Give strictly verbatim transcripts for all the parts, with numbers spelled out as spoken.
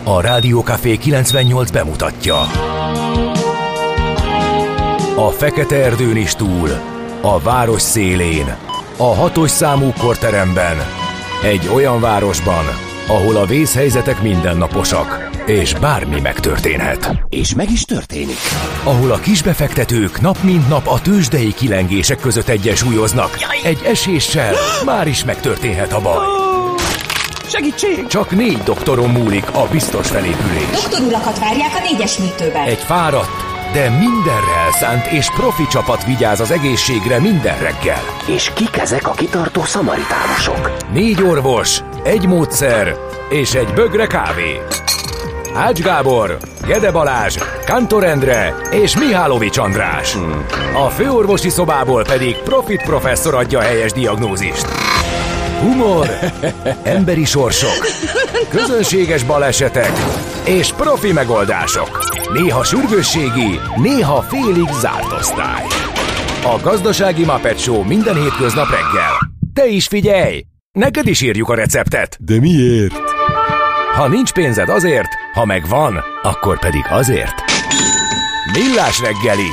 A Rádiókafé kilencvennyolc bemutatja. A fekete erdőn is túl, a város szélén, a hatos számú korteremben, egy olyan városban, ahol a vészhelyzetek mindennaposak, és bármi megtörténhet. És meg is történik. Ahol a kisbefektetők nap mint nap a tőzsdei kilengések között egyensúlyoznak. Egy eséssel már is megtörténhet a baj. Segítség! Csak négy doktoron múlik a biztos felépülés. Doktorulakat várják a négyes műtőben. Egy fáradt, de mindenre elszánt és profi csapat vigyáz az egészségre minden reggel. És kik ezek a kitartó szamaritánusok? Négy orvos, egy módszer és egy bögre kávé. Ács Gábor, Gede Balázs, Kantor Endre és Mihálovics András. A főorvosi szobából pedig Profit professzor adja a helyes diagnózist. Humor, emberi sorsok, közönséges balesetek és profi megoldások. Néha sürgősségi, néha félig zárt osztály. A Gazdasági Muppet Show minden hétköznap reggel. Te is figyelj! Neked is írjuk a receptet. De miért? Ha nincs pénzed azért, ha megvan, akkor pedig azért. Millás reggeli.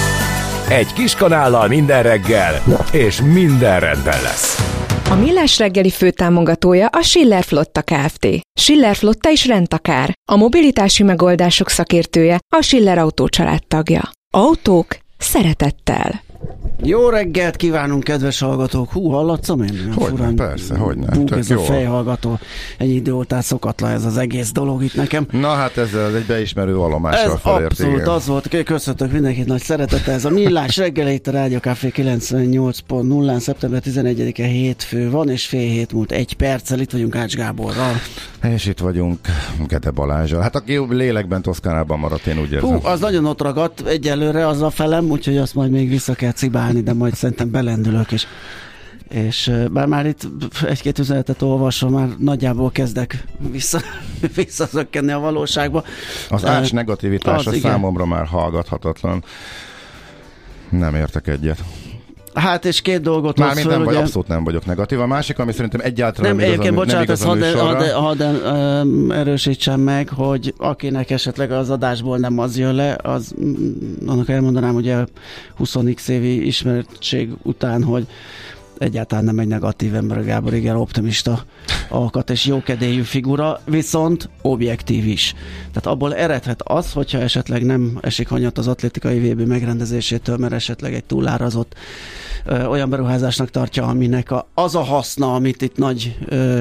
Egy kis kanállal minden reggel, és minden rendben lesz. A Millás reggeli főtámogatója a Schiller Flotta Kft. Schiller Flotta is rendtakár. A mobilitási megoldások szakértője, a Schiller Autó család tagja. Autók szeretettel. Jó reggelt kívánunk, kedves hallgatók! Hú, hallatszom én? Hogyne, persze, hogyne. Búg ez jó. A fejhallgató. Ennyi idő óta szokatlan ez az egész dolog itt nekem. Na hát ez egy beismerő vallomással felért. Abszolút az volt. Köszöntök mindenkit nagy szeretettel. Ez a Millás reggel itt a Rádiókafé kilencvennyolc pont nullán, szeptember tizenegyedike hétfő van, és fél hét múlt egy perccel. Itt vagyunk Ács Gáborral. És itt vagyunk Gede Balázsral. Hát aki lélekben Toszkánában maradt, én úgy érzem. Hú, az nagyon ott ragadt egyelőre az a felem, úgyhogy azt majd még vissza kell cibálni, de majd szerintem belendülök, és, és bár már itt egy-két üzenetet olvasom, már nagyjából kezdek vissza, visszazökkenni a valóságba. Az Ács negativitása az, számomra már hallgathatatlan. Nem értek egyet. Hát és két dolgot Mármint föl, nem vagy, ugye... abszolút nem vagyok negatív. A másik, ami szerintem egyáltalán nem, egyébként igaz, bocsánat, ezt hadd had, had, had, erősítsem meg, hogy akinek esetleg az adásból nem az jön le, az annak elmondanám, ugye húsz x évi ismertség után, hogy egyáltalán nem egy negatív ember, Gábor, igen, optimista alkat és jókedélyű figura, viszont objektív is. Tehát abból eredhet az, hogyha esetleg nem esik hanyat az atlétikai vé bé megrendezésétől, mert esetleg egy túlárazott ö, olyan beruházásnak tartja, aminek a, az a haszna, amit itt nagy ö,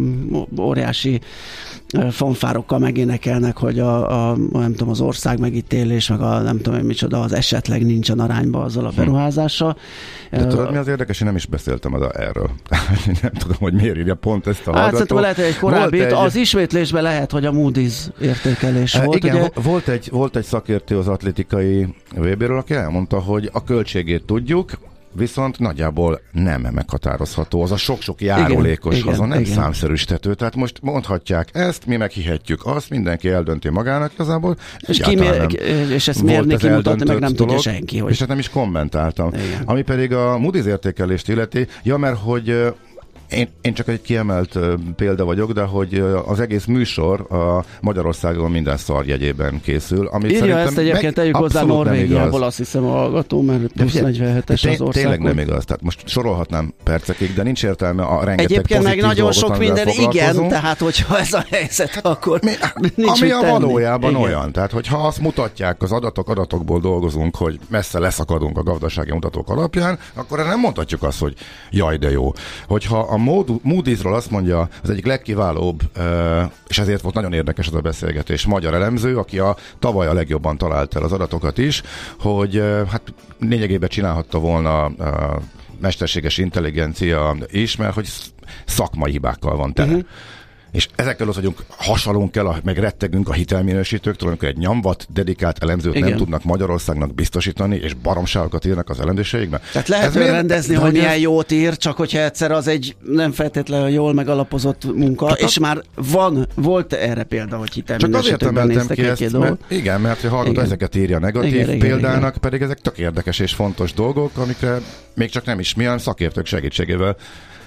óriási ö, fanfárokkal megénekelnek, hogy a, a, nem tudom, az ország megítélés, meg a nem tudom én micsoda, az esetleg nincsen arányba azzal a beruházással. De tudod, mi az érdekes, én nem is beszéltem az a, erről. Nem tudom, hogy miért írja pont ezt a hát, hallgató. szerintem lehet, hogy egy korábbi, egy... az ismétlésben lehet, hogy a Moody's értékelés e, volt. Igen, ugye? volt egy, volt egy szakértő az atlétikai vé béről, aki elmondta, hogy a költségét tudjuk, viszont nagyjából nem meghatározható. Az a sok-sok járulékos, igen, azon nem igen. számszerűsítető. Tehát most mondhatják ezt, mi meghihetjük azt, mindenki eldönti magának igazából. És, ki mér, és ezt mérni, kimutatni, meg nem dolog, tudja senki. Hogy... És hát nem is kommentáltam. Igen. Ami pedig a Moody's értékelést illeti, ja, mert hogy Én, én csak egy kiemelt uh, példa vagyok, de hogy uh, az egész műsor a Magyarországon minden szar jegyében készül. Amit írja ezt egyébként, tegyük hozzá Norvégiából, azt hiszem a hallgató, mert plusz negyvenhetes az ország. Tényleg nem igaz, tehát most sorolhatnám percekig, de nincs értelme a rengeteg egyébként meg nagyon dolgot, sok minden igen, tehát hogyha ez a helyzet, akkor mi, nincs ami mit a tenni. valójában igen. olyan, tehát hogyha azt mutatják, az adatok adatokból dolgozunk, hogy messze leszakadunk a gazdasági mutatók alapján, akkor nem mondhatjuk azt, hogy jaj, de jó. Hogyha a Moody'sról azt mondja, az egyik legkiválóbb, és ezért volt nagyon érdekes az a beszélgetés, magyar elemző, aki a tavaly a legjobban talált el az adatokat is, hogy hát lényegében csinálhatta volna a mesterséges intelligencia is, mert hogy szakmai hibákkal van tele. Uh-huh. És ezekkel az vagyunk, hasalunk el, meg rettegünk a hitelminősítőktől, amikor egy nyomvat dedikált elemzőt igen. nem tudnak Magyarországnak biztosítani, és baromságokat írnak az elemzőségben. Tehát lehet rendezni, hogy milyen jót ír, csak hogyha egyszer az egy nem feltétlenül jól megalapozott munka, csak és a... már van, volt erre példa, hogy hitelminősítőkben néztek ki egy dolgot. Igen, mert hogy hallgató ezeket írja negatív igen, példának, igen, igen. pedig ezek tök érdekes és fontos dolgok, amikre még csak nem is milyen szakértők segítségével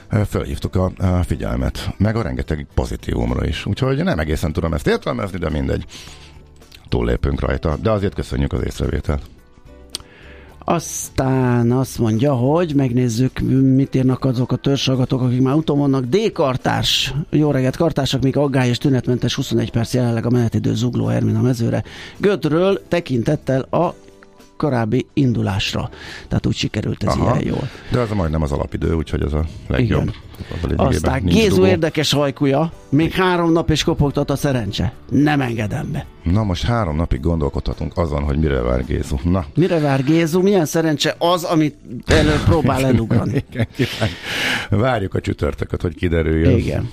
felhívtuk a, a figyelmet, meg a rengeteg pozitívumra is. Úgyhogy nem egészen tudom ezt értelmezni, de mindegy. Túllépünk rajta, de azért köszönjük az észrevételt. Aztán azt mondja, hogy megnézzük, mit írnak azok a törzshallgatók, akik már úton vannak. D-kartárs, jó reggelt kartársak, még aggály és tünetmentes huszonegy perc jelenleg a menetidő Zugló Hermina mezőre. Gödről tekintettel a korábbi indulásra. Tehát úgy sikerült ez Aha, ilyen jól. De ez majdnem az alapidő, úgyhogy ez a legjobb. Igen. Aztán Gézu érdekes hajkúja, még három nap és kopogtat a szerencse. Nem engedem be. Na most három napig gondolkodhatunk azon, hogy mire vár Gézu. Na. Mire vár Gézu? Milyen szerencse az, amit elő próbál elugrani. Igen, igen. Várjuk a csütörtököt, hogy kiderüljön. Igen.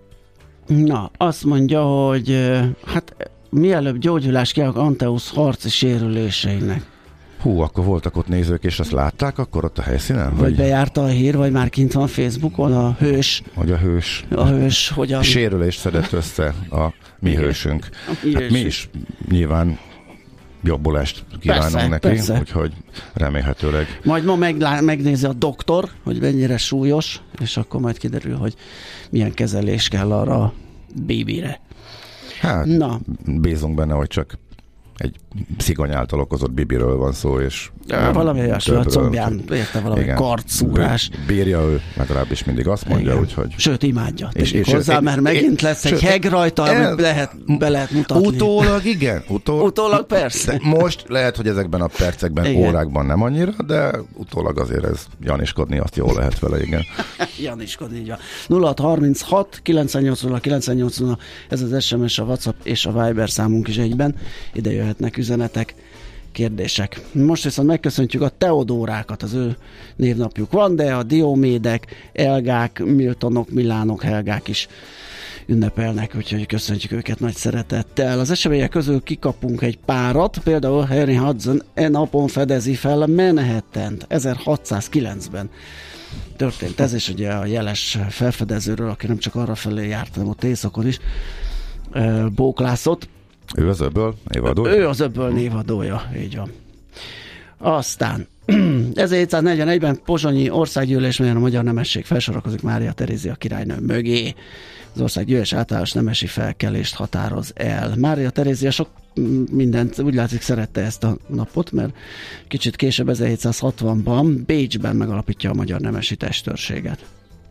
Na, azt mondja, hogy hát mielőbb gyógyulás kell Anteusz harci sérüléseinek. Hú, akkor voltak ott nézők, és azt látták akkor ott a helyszínen? Vagy, vagy bejárta a hír, vagy már kint van Facebookon a hős. Vagy a hős. A hős, hogyan... Sérülést szedett össze a mi Igen. hősünk. A mi, hát mi is nyilván jobbulást kívánunk persze, neki, persze. Úgyhogy remélhetőleg. Majd ma meglá- megnézi a doktor, hogy mennyire súlyos, és akkor majd kiderül, hogy milyen kezelés kell arra a bébire. Hát, Na. bízunk benne, hogy csak egy szigony által okozott bibiről van szó, és ja, valami olyasmi, a combján érte valami kartszúrás. Bírja ő, legalábbis mindig azt mondja, igen. Úgyhogy... Sőt, imádja. És, és hozzá, mert megint lesz sőt, egy heg rajta, el, amit lehet, be lehet mutatni. Utólag igen. Utól, utólag persze. Most lehet, hogy ezekben a percekben, igen. órákban nem annyira, de utólag azért ez janiskodni, azt jól lehet vele, igen. Janiskodni, így van. nulla hat harminchat kilencvennyolc nulla kilencvennyolc nulla ez az es em es, a WhatsApp és a Viber számunk is egyben. Ide jöhetnek üzenetek, kérdések. Most viszont megköszöntjük a Teodórákat, az ő névnapjuk van, de a Diomédek, Elgák, Miltonok, Milánok, Helgák is ünnepelnek, úgyhogy köszöntjük őket nagy szeretettel. Az események közül kikapunk egy párat, például Henry Hudson e napon fedezi fel a Manhattant ezerhatszázkilencben. Történt ez, és ugye a jeles felfedezőről, aki nem csak arra felé járt, hanem ott északon is bóklászott. Ő az öbből névadója? Ő az öbből névadója, így van. Aztán ezerhétszáznegyvenegyben Pozsonyi országgyűlés, melyen a magyar nemesség felsorakozik Mária Terézia királynő mögé. Az országgyűlés általános nemesi felkelést határoz el. Mária Terézia sok mindent, úgy látszik, szerette ezt a napot, mert kicsit később ezerhétszázhatvanban Bécsben megalapítja a magyar nemesi testőrséget.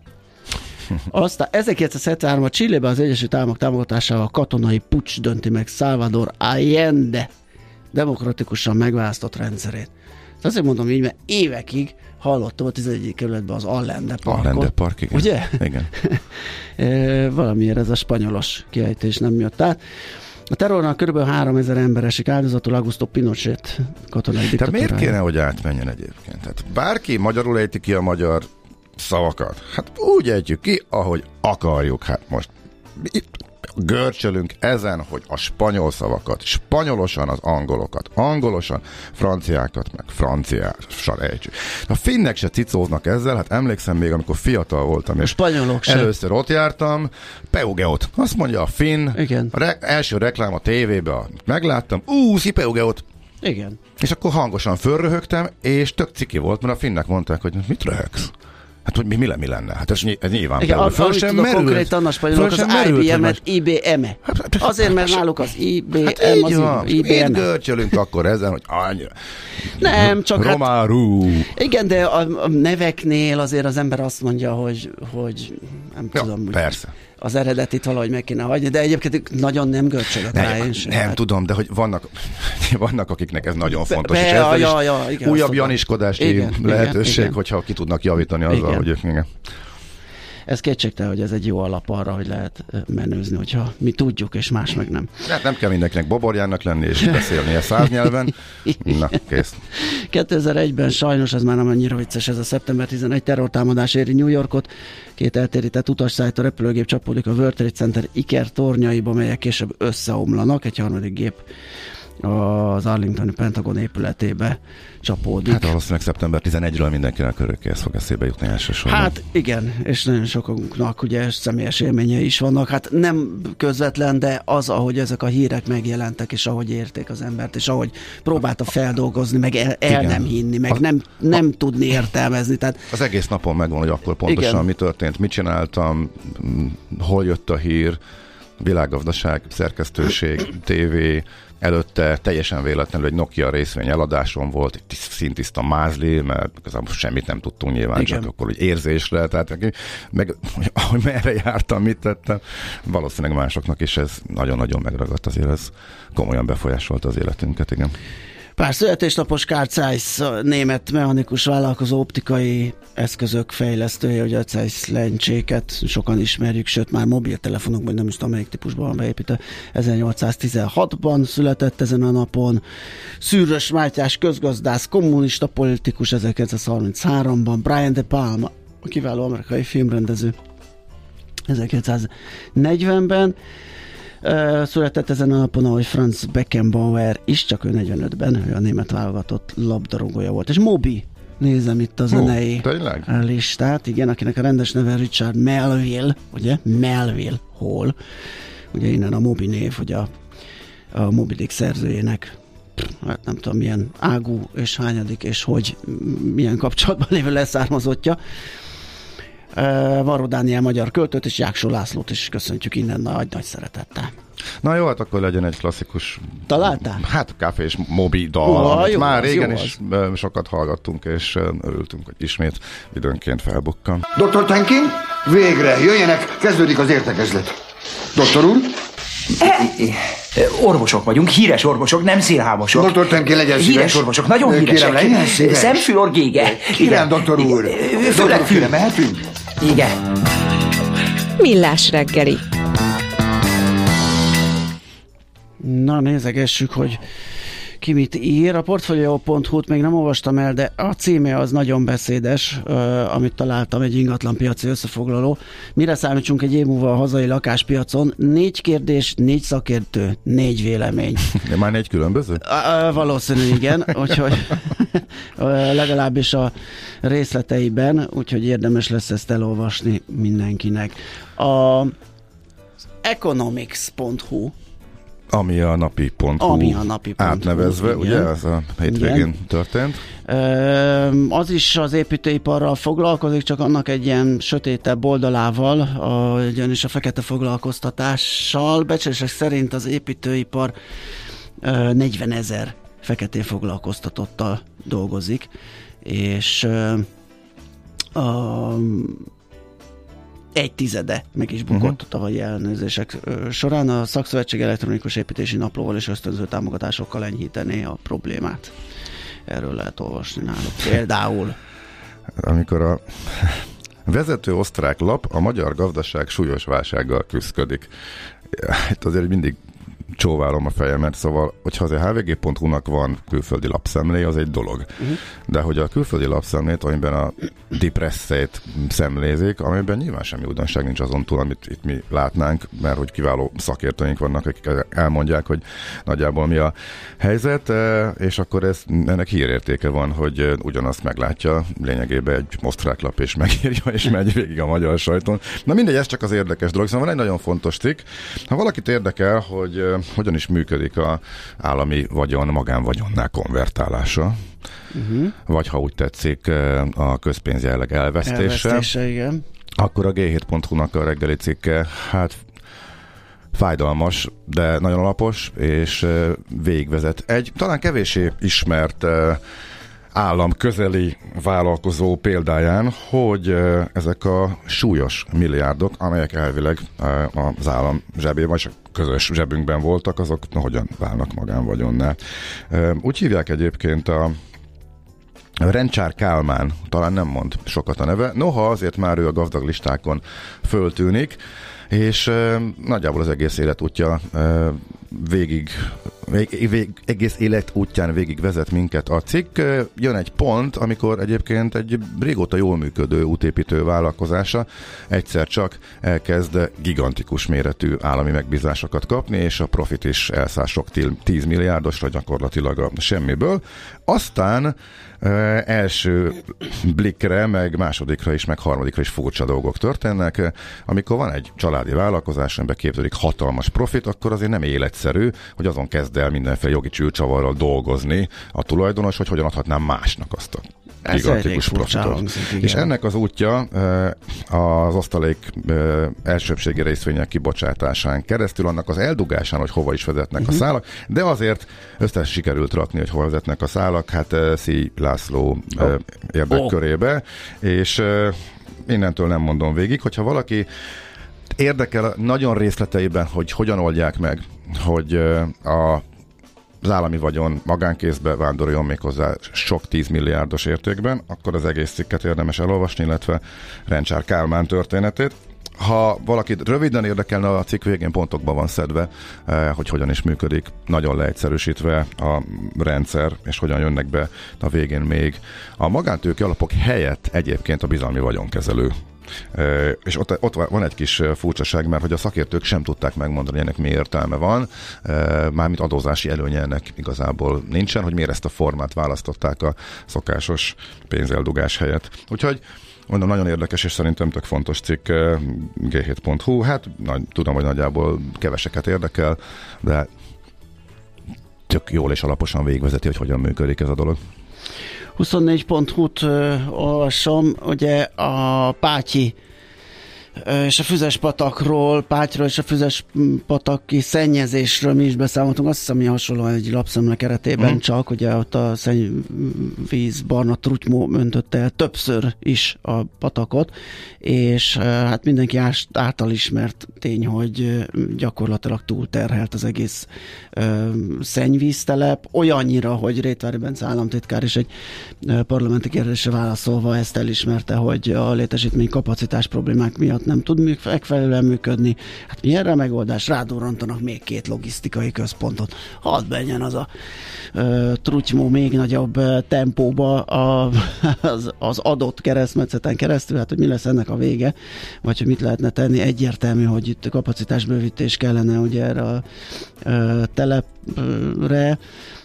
Aztán ezerkilencszázhetvenháromban Chilében az Egyesült Államok támogatásával a katonai puccs dönti meg Salvador Allende demokratikusan megválasztott rendszerét. Azért mondom így, mert évekig hallottam a tizenegyedik kerületben az Allende parkot. Allende park, igen. Ugye? Igen. e, valamiért ez a spanyolos kiejtés nem jött át. A terrornak kb. háromezer ember esik áldozatul Augusto Pinochet katonai diktatúrája. Tehát miért kéne, hogy átmenjen egyébként? Tehát bárki magyarul ejti ki a magyar szavakat. Hát úgy ejtjük ki, ahogy akarjuk. Hát most itt görcsölünk ezen, hogy a spanyol szavakat, spanyolosan az angolokat, angolosan franciákat, meg franciásan ejtjük. A finnek se cicóznak ezzel, hát emlékszem még, amikor fiatal voltam, és spanyolok először ott jártam, Peugeot. Azt mondja a finn, igen. A re- első reklám a tévében, megláttam, ú, szi Peugeot. Igen. És akkor hangosan fölröhögtem, és tök ciki volt, mert a finnek mondták, hogy mit röhögsz? Hát, hogy mi, mi, mi lenne? Hát ez, ez nyilván igen, például. Föl sem merült. Konkrétan a spanyolok az I B M-et I B M-e. Hát, azért, mert náluk az I B M, hát az van, I B M. Miért görcsölünk akkor ezen, hogy annyira... Nem, csak Romáru. Hát... Igen, de a, a neveknél azért az ember azt mondja, hogy, hogy nem ja, tudom. Persze. Az eredetit valahogy meg kéne hagyni, de egyébként nagyon nem görcsölök rá én sem. Nem hát. tudom, de hogy vannak, vannak, akiknek ez nagyon fontos. Be, és ja, ez ja, ja, igen, újabb janiskodási igen, lehetőség, igen, hogyha ki tudnak javítani azzal, igen. hogy ők igen. Ez kétségtelen, hogy ez egy jó alap arra, hogy lehet menőzni, hogyha mi tudjuk, és más meg nem. Hát nem kell mindenkinek boborjának lenni, és beszélnie száz nyelven. Na, kész. kétezer-egyben sajnos, ez már nem annyira vicces, ez a szeptember tizenegy terrortámadás éri New Yorkot. Két eltérített utasszállító repülőgép csapódik a World Trade Center Iker tornyaiba, melyek később összeomlanak. Egy harmadik gép az Arlingtoni Pentagon épületébe csapódik. Hát valószínűleg szeptember tizenegyedikéről mindenkinek örökké fog eszébe jutni elsősorban. Hát igen, és nagyon sokunknak ugye személyes élményei is vannak. Hát nem közvetlen, de az, ahogy ezek a hírek megjelentek, és ahogy érték az embert, és ahogy próbálta feldolgozni, meg el, el nem hinni, meg a, nem, nem a, tudni értelmezni. Tehát, az egész napon megvan, hogy akkor pontosan igen. mi történt, mit csináltam, hol jött a hír, világgazdaság, szerkesztőség, tévé, előtte teljesen véletlenül egy Nokia részvény eladáson volt, egy szintiszta mázli, mert igazából semmit nem tudtunk nyilván, igen. csak akkor, hogy érzésre, tehát meg, hogy merre jártam, mit tettem, valószínűleg másoknak is ez nagyon-nagyon megragadt, azért ez komolyan befolyásolta az életünket, igen. Pár születésnapos Carl Zeiss, német mechanikus vállalkozó, optikai eszközök fejlesztője, ugye a Zeiss lencséket sokan ismerjük, sőt már mobiltelefonokban, nem is tudom melyik típusban van beépítve. ezernyolcszáztizenhatban született ezen a napon. Szűrös Mátyás közgazdász, kommunista politikus ezerkilencszázharmincháromban. Brian De Palma, a kiváló amerikai filmrendező ezerkilencszáznegyvenben. Uh, született ezen a napon, ahogy Franz Beckenbauer is, csak ő negyvenötben, ő a német válogatott labdarúgója volt. És Moby, nézem itt a zenei oh, listát, igen, akinek a rendes neve Richard Melville, ugye? Melville Hall. Ugye innen a Moby név, hogy a, a Moby Dick szerzőjének hát nem tudom milyen ágú és hányadik és hogy milyen kapcsolatban lévő leszármazottja. Varró Dániel magyar költőt és Jáksó Lászlót is köszöntjük innen nagy-nagy szeretettel. Na jó, hát akkor legyen egy klasszikus... Találtál? Hát Café és Moby dal, oh, amit jó, már az, régen jó is az. sokat hallgattunk, és örültünk, hogy ismét időnként felbukkan. doktor Tenkin, végre, jöjjenek, kezdődik az értekezlet. Doktor úr? Orvosok vagyunk, híres orvosok, nem szélhámosok. doktor Tenkin, legyen szíves. Híres orvosok, nagyon híresek. Kérem, legyen szíves. Szemfülorgége. Kérem, doktor úr. Főleg fül. Mehetünk? Igen. Millás reggeli. Na, nézegessük, hogy ki mit ír. A portfolio pont hu-t még nem olvastam el, de a címe az nagyon beszédes, uh, amit találtam, egy ingatlanpiaci összefoglaló. Mire számítsunk egy év múlva a hazai lakáspiacon? Négy kérdés, négy szakértő, négy vélemény. De már négy különböző? Uh, uh, valószínű, igen. Úgyhogy uh, legalábbis a részleteiben, úgyhogy érdemes lesz ezt elolvasni mindenkinek. A economics pont hu Ami a napi pont hu Ami a napi pont hu, átnevezve, igen. Ugye, ez a hétvégén igen. történt. Ö, az is az építőiparral foglalkozik, csak annak egy ilyen sötétebb oldalával, a, ugyanis a fekete foglalkoztatással. Becslések szerint az építőipar ö, negyvenezer feketén foglalkoztatottal dolgozik, és ö, a egy tizede meg is bukott uh-huh. a tavalyi ellenőrzések során. A Szakszövetség elektronikus építési naplóval és ösztönző támogatásokkal enyhítené a problémát. Erről lehet olvasni náluk. Például. Amikor a vezető osztrák lap a magyar gazdaság súlyos válsággal küszködik. Itt azért mindig csóválom a fejemet, szóval, hogyha az há vé gé pont hu-nak van külföldi lapszemlé, az egy dolog. Uh-huh. De hogy a külföldi lapszemlét, amiben a depresszét szemlézik, amiben nyilván semmi újdonság nincs azon túl, amit itt mi látnánk, mert hogy kiváló szakértőink vannak, akik elmondják, hogy nagyjából mi a helyzet, és akkor ez, ennek hírértéke van, hogy ugyanazt meglátja lényegében egy osztrák lap, és megírja, és megy végig a magyar sajton. Na mindegy, ez csak az érdekes dolog. Szóval van egy nagyon fontos cikk. Ha valakit érdekel, hogy hogyan is működik a állami vagyon magánvagyonná konvertálása, uh-huh. vagy ha úgy tetszik, a közpénz jelleg elvesztése, elvesztése igen. Akkor a gé hét pont hu-nak a reggeli cikke, hát fájdalmas, de nagyon alapos, és végigvezet egy talán kevéssé ismert állam közeli vállalkozó példáján, hogy ezek a súlyos milliárdok, amelyek elvileg az állam zsebében, vagy a közös zsebünkben voltak, azok hogyan válnak magánvagyonná. Úgy hívják egyébként a Rencsár Kálmán, talán nem mond sokat a neve, noha azért már ő a gazdag listákon föltűnik, és nagyjából az egész életútja végig vég, vég, egész élet útján végig vezet minket a cikk. Jön egy pont, amikor egyébként egy régóta jól működő útépítő vállalkozása egyszer csak elkezd gigantikus méretű állami megbízásokat kapni, és a profit is elszáll sok tíz milliárdosra gyakorlatilag a semmiből. Aztán Uh, első blikkre, meg másodikra is, meg harmadikra is furcsa dolgok történnek. Amikor van egy családi vállalkozás, amiben képződik hatalmas profit, akkor azért nem életszerű, hogy azon kezd el mindenféle jogi csülcsavarral dolgozni a tulajdonos, hogy hogyan adhatnám másnak azt a gigantikus profitot. És ennek az útja az osztalék elsőbbségi részvények kibocsátásán keresztül, annak az eldugásán, hogy hova is vezetnek uh-huh. a szálak, de azért összes sikerült rakni, hogy hova vezetnek a szálak, hát Szí László oh. érdekkörébe, oh. és innentől nem mondom végig, hogyha valaki érdekel nagyon részleteiben, hogy hogyan oldják meg, hogy a az állami vagyon magánkézbe vándoroljon méghozzá sok tízmilliárdos értékben, akkor az egész cikket érdemes elolvasni, illetve Rencsár Kálmán történetét. Ha valakit röviden érdekelne, a cikk végén pontokban van szedve, hogy hogyan is működik, nagyon leegyszerűsítve a rendszer, és hogyan jönnek be a végén még a magántőke alapok helyett egyébként a bizalmi vagyonkezelő. Uh, és ott, ott van egy kis furcsaság, mert hogy a szakértők sem tudták megmondani, ennek mi értelme van, uh, mármint adózási előnye ennek igazából nincsen, hogy miért ezt a formát választották a szokásos pénzeldugás helyett. Úgyhogy mondom, nagyon érdekes és szerintem tök fontos cikk, gé hét pont hú, hát nagy, tudom, hogy nagyjából keveseket érdekel, de tök jól és alaposan végigvezeti, hogy hogyan működik ez a dolog. huszonnégy pont hú-t olvasom, ugye a Pátyi és a Füzespatakról, Pátyról és a Füzespataki szennyezésről mi is beszámoltunk, azt hiszem, hogy hasonlóan egy lapszemle keretében, mm. csak ugye ott a szennyvíz barna trutymó öntötte el többször is a patakot, és hát mindenki által ismert tény, hogy gyakorlatilag túlterhelt az egész ö, szennyvíztelep, olyannyira, hogy Rétvári Bence államtitkár is egy parlamenti kérdésre válaszolva ezt elismerte, hogy a létesítmény kapacitás problémák miatt nem tud megfelelően működni. Hát mi erre a megoldás? Rádurrantanak még két logisztikai központot. Hadd menjen az a ö, trutymó még nagyobb ö, tempóba a, az, az adott keresztmetszeten keresztül, hát hogy mi lesz ennek a vége, vagy hogy mit lehetne tenni. Egyértelmű, hogy itt kapacitásbővítés kellene ugye erre a ö, telepre,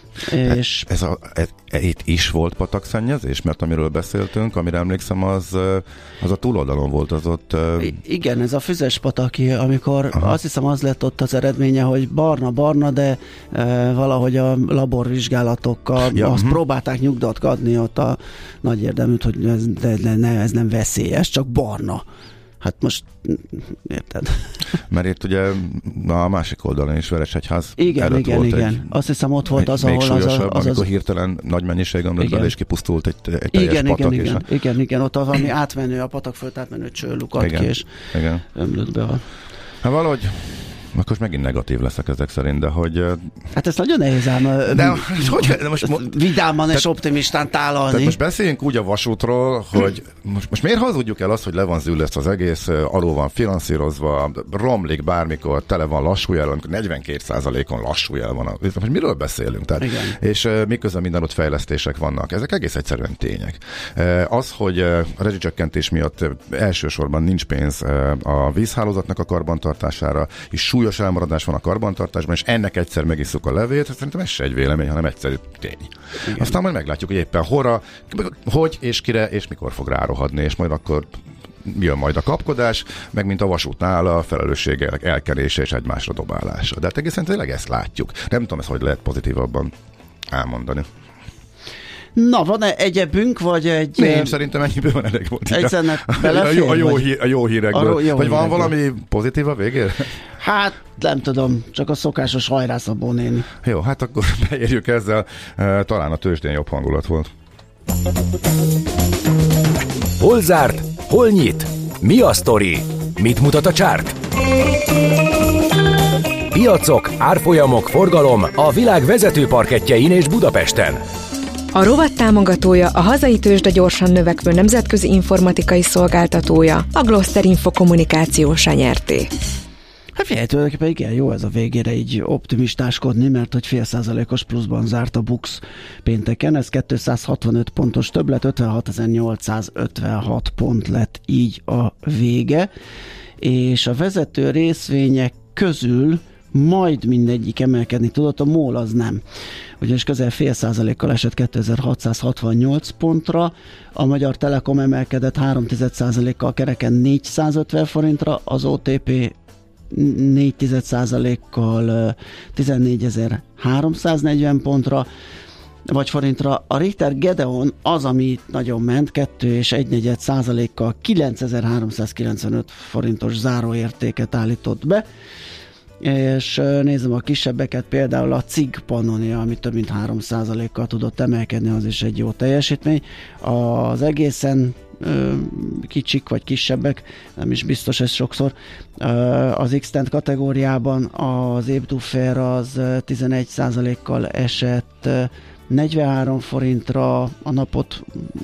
és ez a, ez, itt is volt patakszennyezés, mert amiről beszéltünk, amire emlékszem, az, az a túloldalon volt, az ott... Igen, ez a Füzespataki, amikor aha. azt hiszem az lett ott az eredménye, hogy barna-barna, de e, valahogy a laborvizsgálatokkal ja, azt uh-huh. próbálták nyugtatgatni ott a nagy érdeműt, hogy ez, de, de ne, ez nem veszélyes, csak barna. Hát most érted? Mert itt ugye a másik oldalon is Veresegyház igen, előtt igen, volt igen. egy, Azt hiszem ott volt az, még ahol az, az, az amikor hirtelen nagy mennyiség ömlött bele, és kipusztult egy, egy teljes igen, patak. Igen, és igen, a... igen, igen, ott valami átmenő, a patak fölt átmenő cső lukat ki, és igen. ömlött be a... Hát valahogy akkor most megint negatív leszek ezek szerint, de hogy... Hát ez nagyon nehéz ám de, hogy, de most, vidáman tehát, és optimistán tálalni. Tehát most beszéljünk úgy a vasútról, hogy most, most miért hazudjuk el azt, hogy le van züllő ezt az egész, alul van finanszírozva, romlik bármikor, tele van lassújel, amikor negyvenkét százalékon lassújel van. Most miről beszélünk? Tehát, és miközben minden ott fejlesztések vannak. Ezek egész egyszerűen tények. Az, hogy a rezsicsökkentés miatt elsősorban nincs pénz a vízhálózatnak a karbantartására, és súlyos elmaradás van a karbantartásban, és ennek egyszer megisszuk a levét, szerintem ez se egy vélemény, hanem egyszerű tény. Igen. Aztán majd meglátjuk, hogy éppen horra, hogy és kire, és mikor fog rárohadni, és majd akkor jön majd a kapkodás, meg mint a vasútnál a felelősségek elkerése és egymásra dobálása. De hát egészen tényleg ezt látjuk. Nem tudom, ezt hogy lehet pozitívabban elmondani. Na, van-e egyebünk, vagy egy... Nem, szerintem ennyiből van elég volt. Egy szennet a, jó, a, jó hír, a jó hírekből. A jó vagy van valami pozitív a végére? Hát, nem tudom, csak a szokásos hajrászabó néni. Jó, hát akkor beérjük ezzel. Talán a tőzsdén jobb hangulat volt. Hol zárt? Hol nyit? Mi a sztori? Mit mutat a csárt? Piacok, árfolyamok, forgalom a világ vezető parkettjein és Budapesten. A rovat támogatója, a hazai tőzsde gyorsan növekvő nemzetközi informatikai szolgáltatója, a Gloster Info Kommunikáció Nyerté. Hát figyelj, tulajdonképpen igen, jó ez a végére így optimistáskodni, mert hogy fél százalékos pluszban zárt a BUX pénteken, ez kétszázhatvanöt pontos többlet, ötvenhatezer-nyolcszázötvenhat pont lett így a vége, és a vezető részvények közül majd mindegyik emelkedni tudott, a MOL az nem. Ugyanis közel fél százalékkal esett kétezer-hatszázhatvannyolc pontra, a Magyar Telekom emelkedett három tized százalékkal kereken négyszázötven forintra, az o té pé négy tized százalékkal tizennégyezer-háromszáznegyven pontra, vagy forintra. A Richter Gedeon az, ami nagyon ment, kettő és egy negyed százalékkal kilencezer-háromszázkilencvenöt forintos záróértéket állított be, és nézem a kisebbeket, például a cé i gé Pannonia, ami több mint három százalékkal tudott emelkedni, az is egy jó teljesítmény. Az egészen ö, kicsik vagy kisebbek, nem is biztos ez sokszor, ö, az X-Tent kategóriában az Ébduffer az tizenegy százalékkal esett negyvenhárom forintra, a napot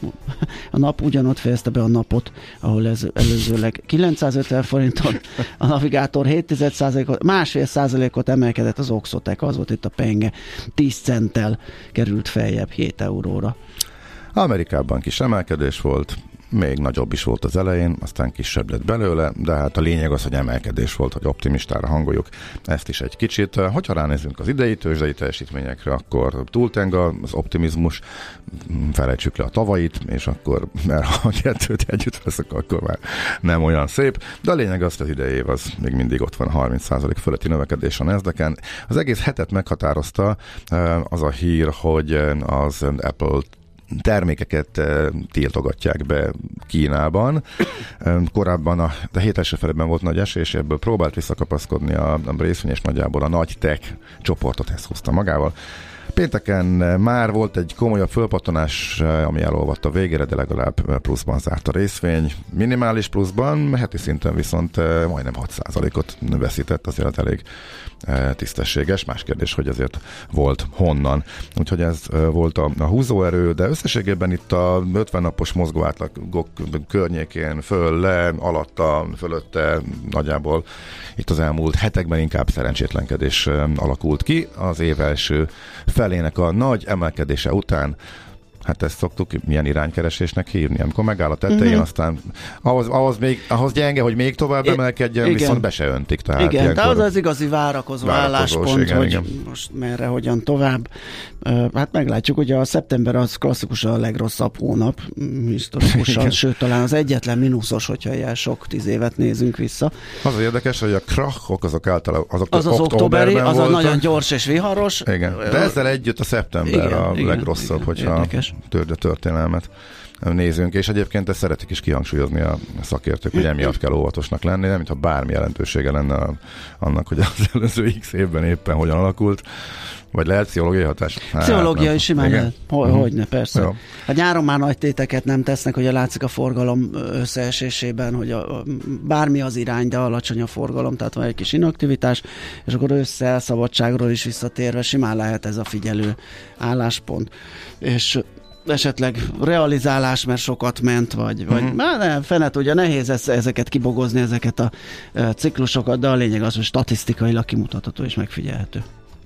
a nap ugyanott fejezte be a napot, ahol ez előzőleg kilencszázötven forinton, a Navigátor hét tized százalékot, másfél százalékot emelkedett az Oxotec, az volt itt a penge, tíz centtel került feljebb hét euróra. Amerikában kis emelkedés volt, még nagyobb is volt az elején, aztán kisebb lett belőle, de hát a lényeg az, hogy emelkedés volt, hogy optimistára hangoljuk ezt is egy kicsit. Hogyha ránézünk az idei tőzsdei teljesítményekre, akkor túlteng az optimizmus, felejtsük le a tavait, és akkor, mert ha a kettőt együtt veszek, akkor már nem olyan szép, de a lényeg az, hogy az idei év az még mindig ott van harminc százalék fölötti növekedés a Nasdaqen. Az egész hetet meghatározta az a hír, hogy az Apple termékeket uh, tiltogatják be Kínában. Um, korábban a, a hét első felében volt nagy esés, ebből próbált visszakapaszkodni a, a részvény, és nagyjából a nagy tech csoportot ezt hozta magával. Pénteken már volt egy komolyabb fölpattanás, ami elolvadt a végére, de legalább pluszban zárt a részvény. Minimális pluszban, heti szinten viszont majdnem hat százalékot veszített, azért elég tisztességes. Más kérdés, hogy ezért volt honnan. Úgyhogy ez volt a, a húzóerő, de összességében itt a ötven napos mozgó átlagok környékén föl, le, alatta, fölötte nagyjából itt az elmúlt hetekben inkább szerencsétlenkedés alakult ki. Az év első felének a nagy emelkedése után, hát ezt szoktuk milyen iránykeresésnek hívni, amikor megáll a tetején, mm-hmm. aztán ahhoz, ahhoz, még, ahhoz gyenge, hogy még tovább emelkedjen, igen. Viszont be se öntik. Tehát igen, de az az igazi várakozó álláspont, igen, hogy igen. Most merre, hogyan tovább. Hát meglátjuk, hogy a szeptember az klasszikusan a legrosszabb hónap, historikusan, sőt talán az egyetlen mínuszos, hogyha ilyen sok tíz évet nézünk vissza. Az az érdekes, hogy a krachok azok általában azok az az októberi, az a nagyon gyors és viharos. Igen, de ezzel együtt a szeptember igen, a igen, legrosszabb, igen, hogyha érdekes. Tőzsde történelmet nézünk, és egyébként ezt szeretik is kihangsúlyozni a szakértők, hogy emiatt kell óvatosnak lenni, nem mintha bármi jelentősége lenne annak, hogy az előző x évben éppen hogyan alakult, vagy lehet pszichológiai hatás? Pszichológiai simán lehet. Hogy, uh-huh. Hogyne, persze. Jó. A nyáron már nagy téteket nem tesznek, hogy látszik a forgalom összeesésében, hogy a, bármi az irány, de alacsony a forgalom, tehát van egy kis inaktivitás, és akkor össze szabadságról is visszatérve simán lehet ez a figyelő álláspont. És esetleg realizálás, mert sokat ment, vagy, vagy mm-hmm. már nem, fene tudja, nehéz ez, ezeket kibogozni, ezeket a e, ciklusokat, de a lényeg az, hogy statisztikailag kimutatható és megfigyelhető.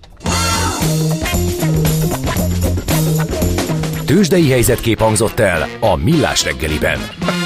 Tőzsdei helyzetkép hangzott el a Millás reggeliben.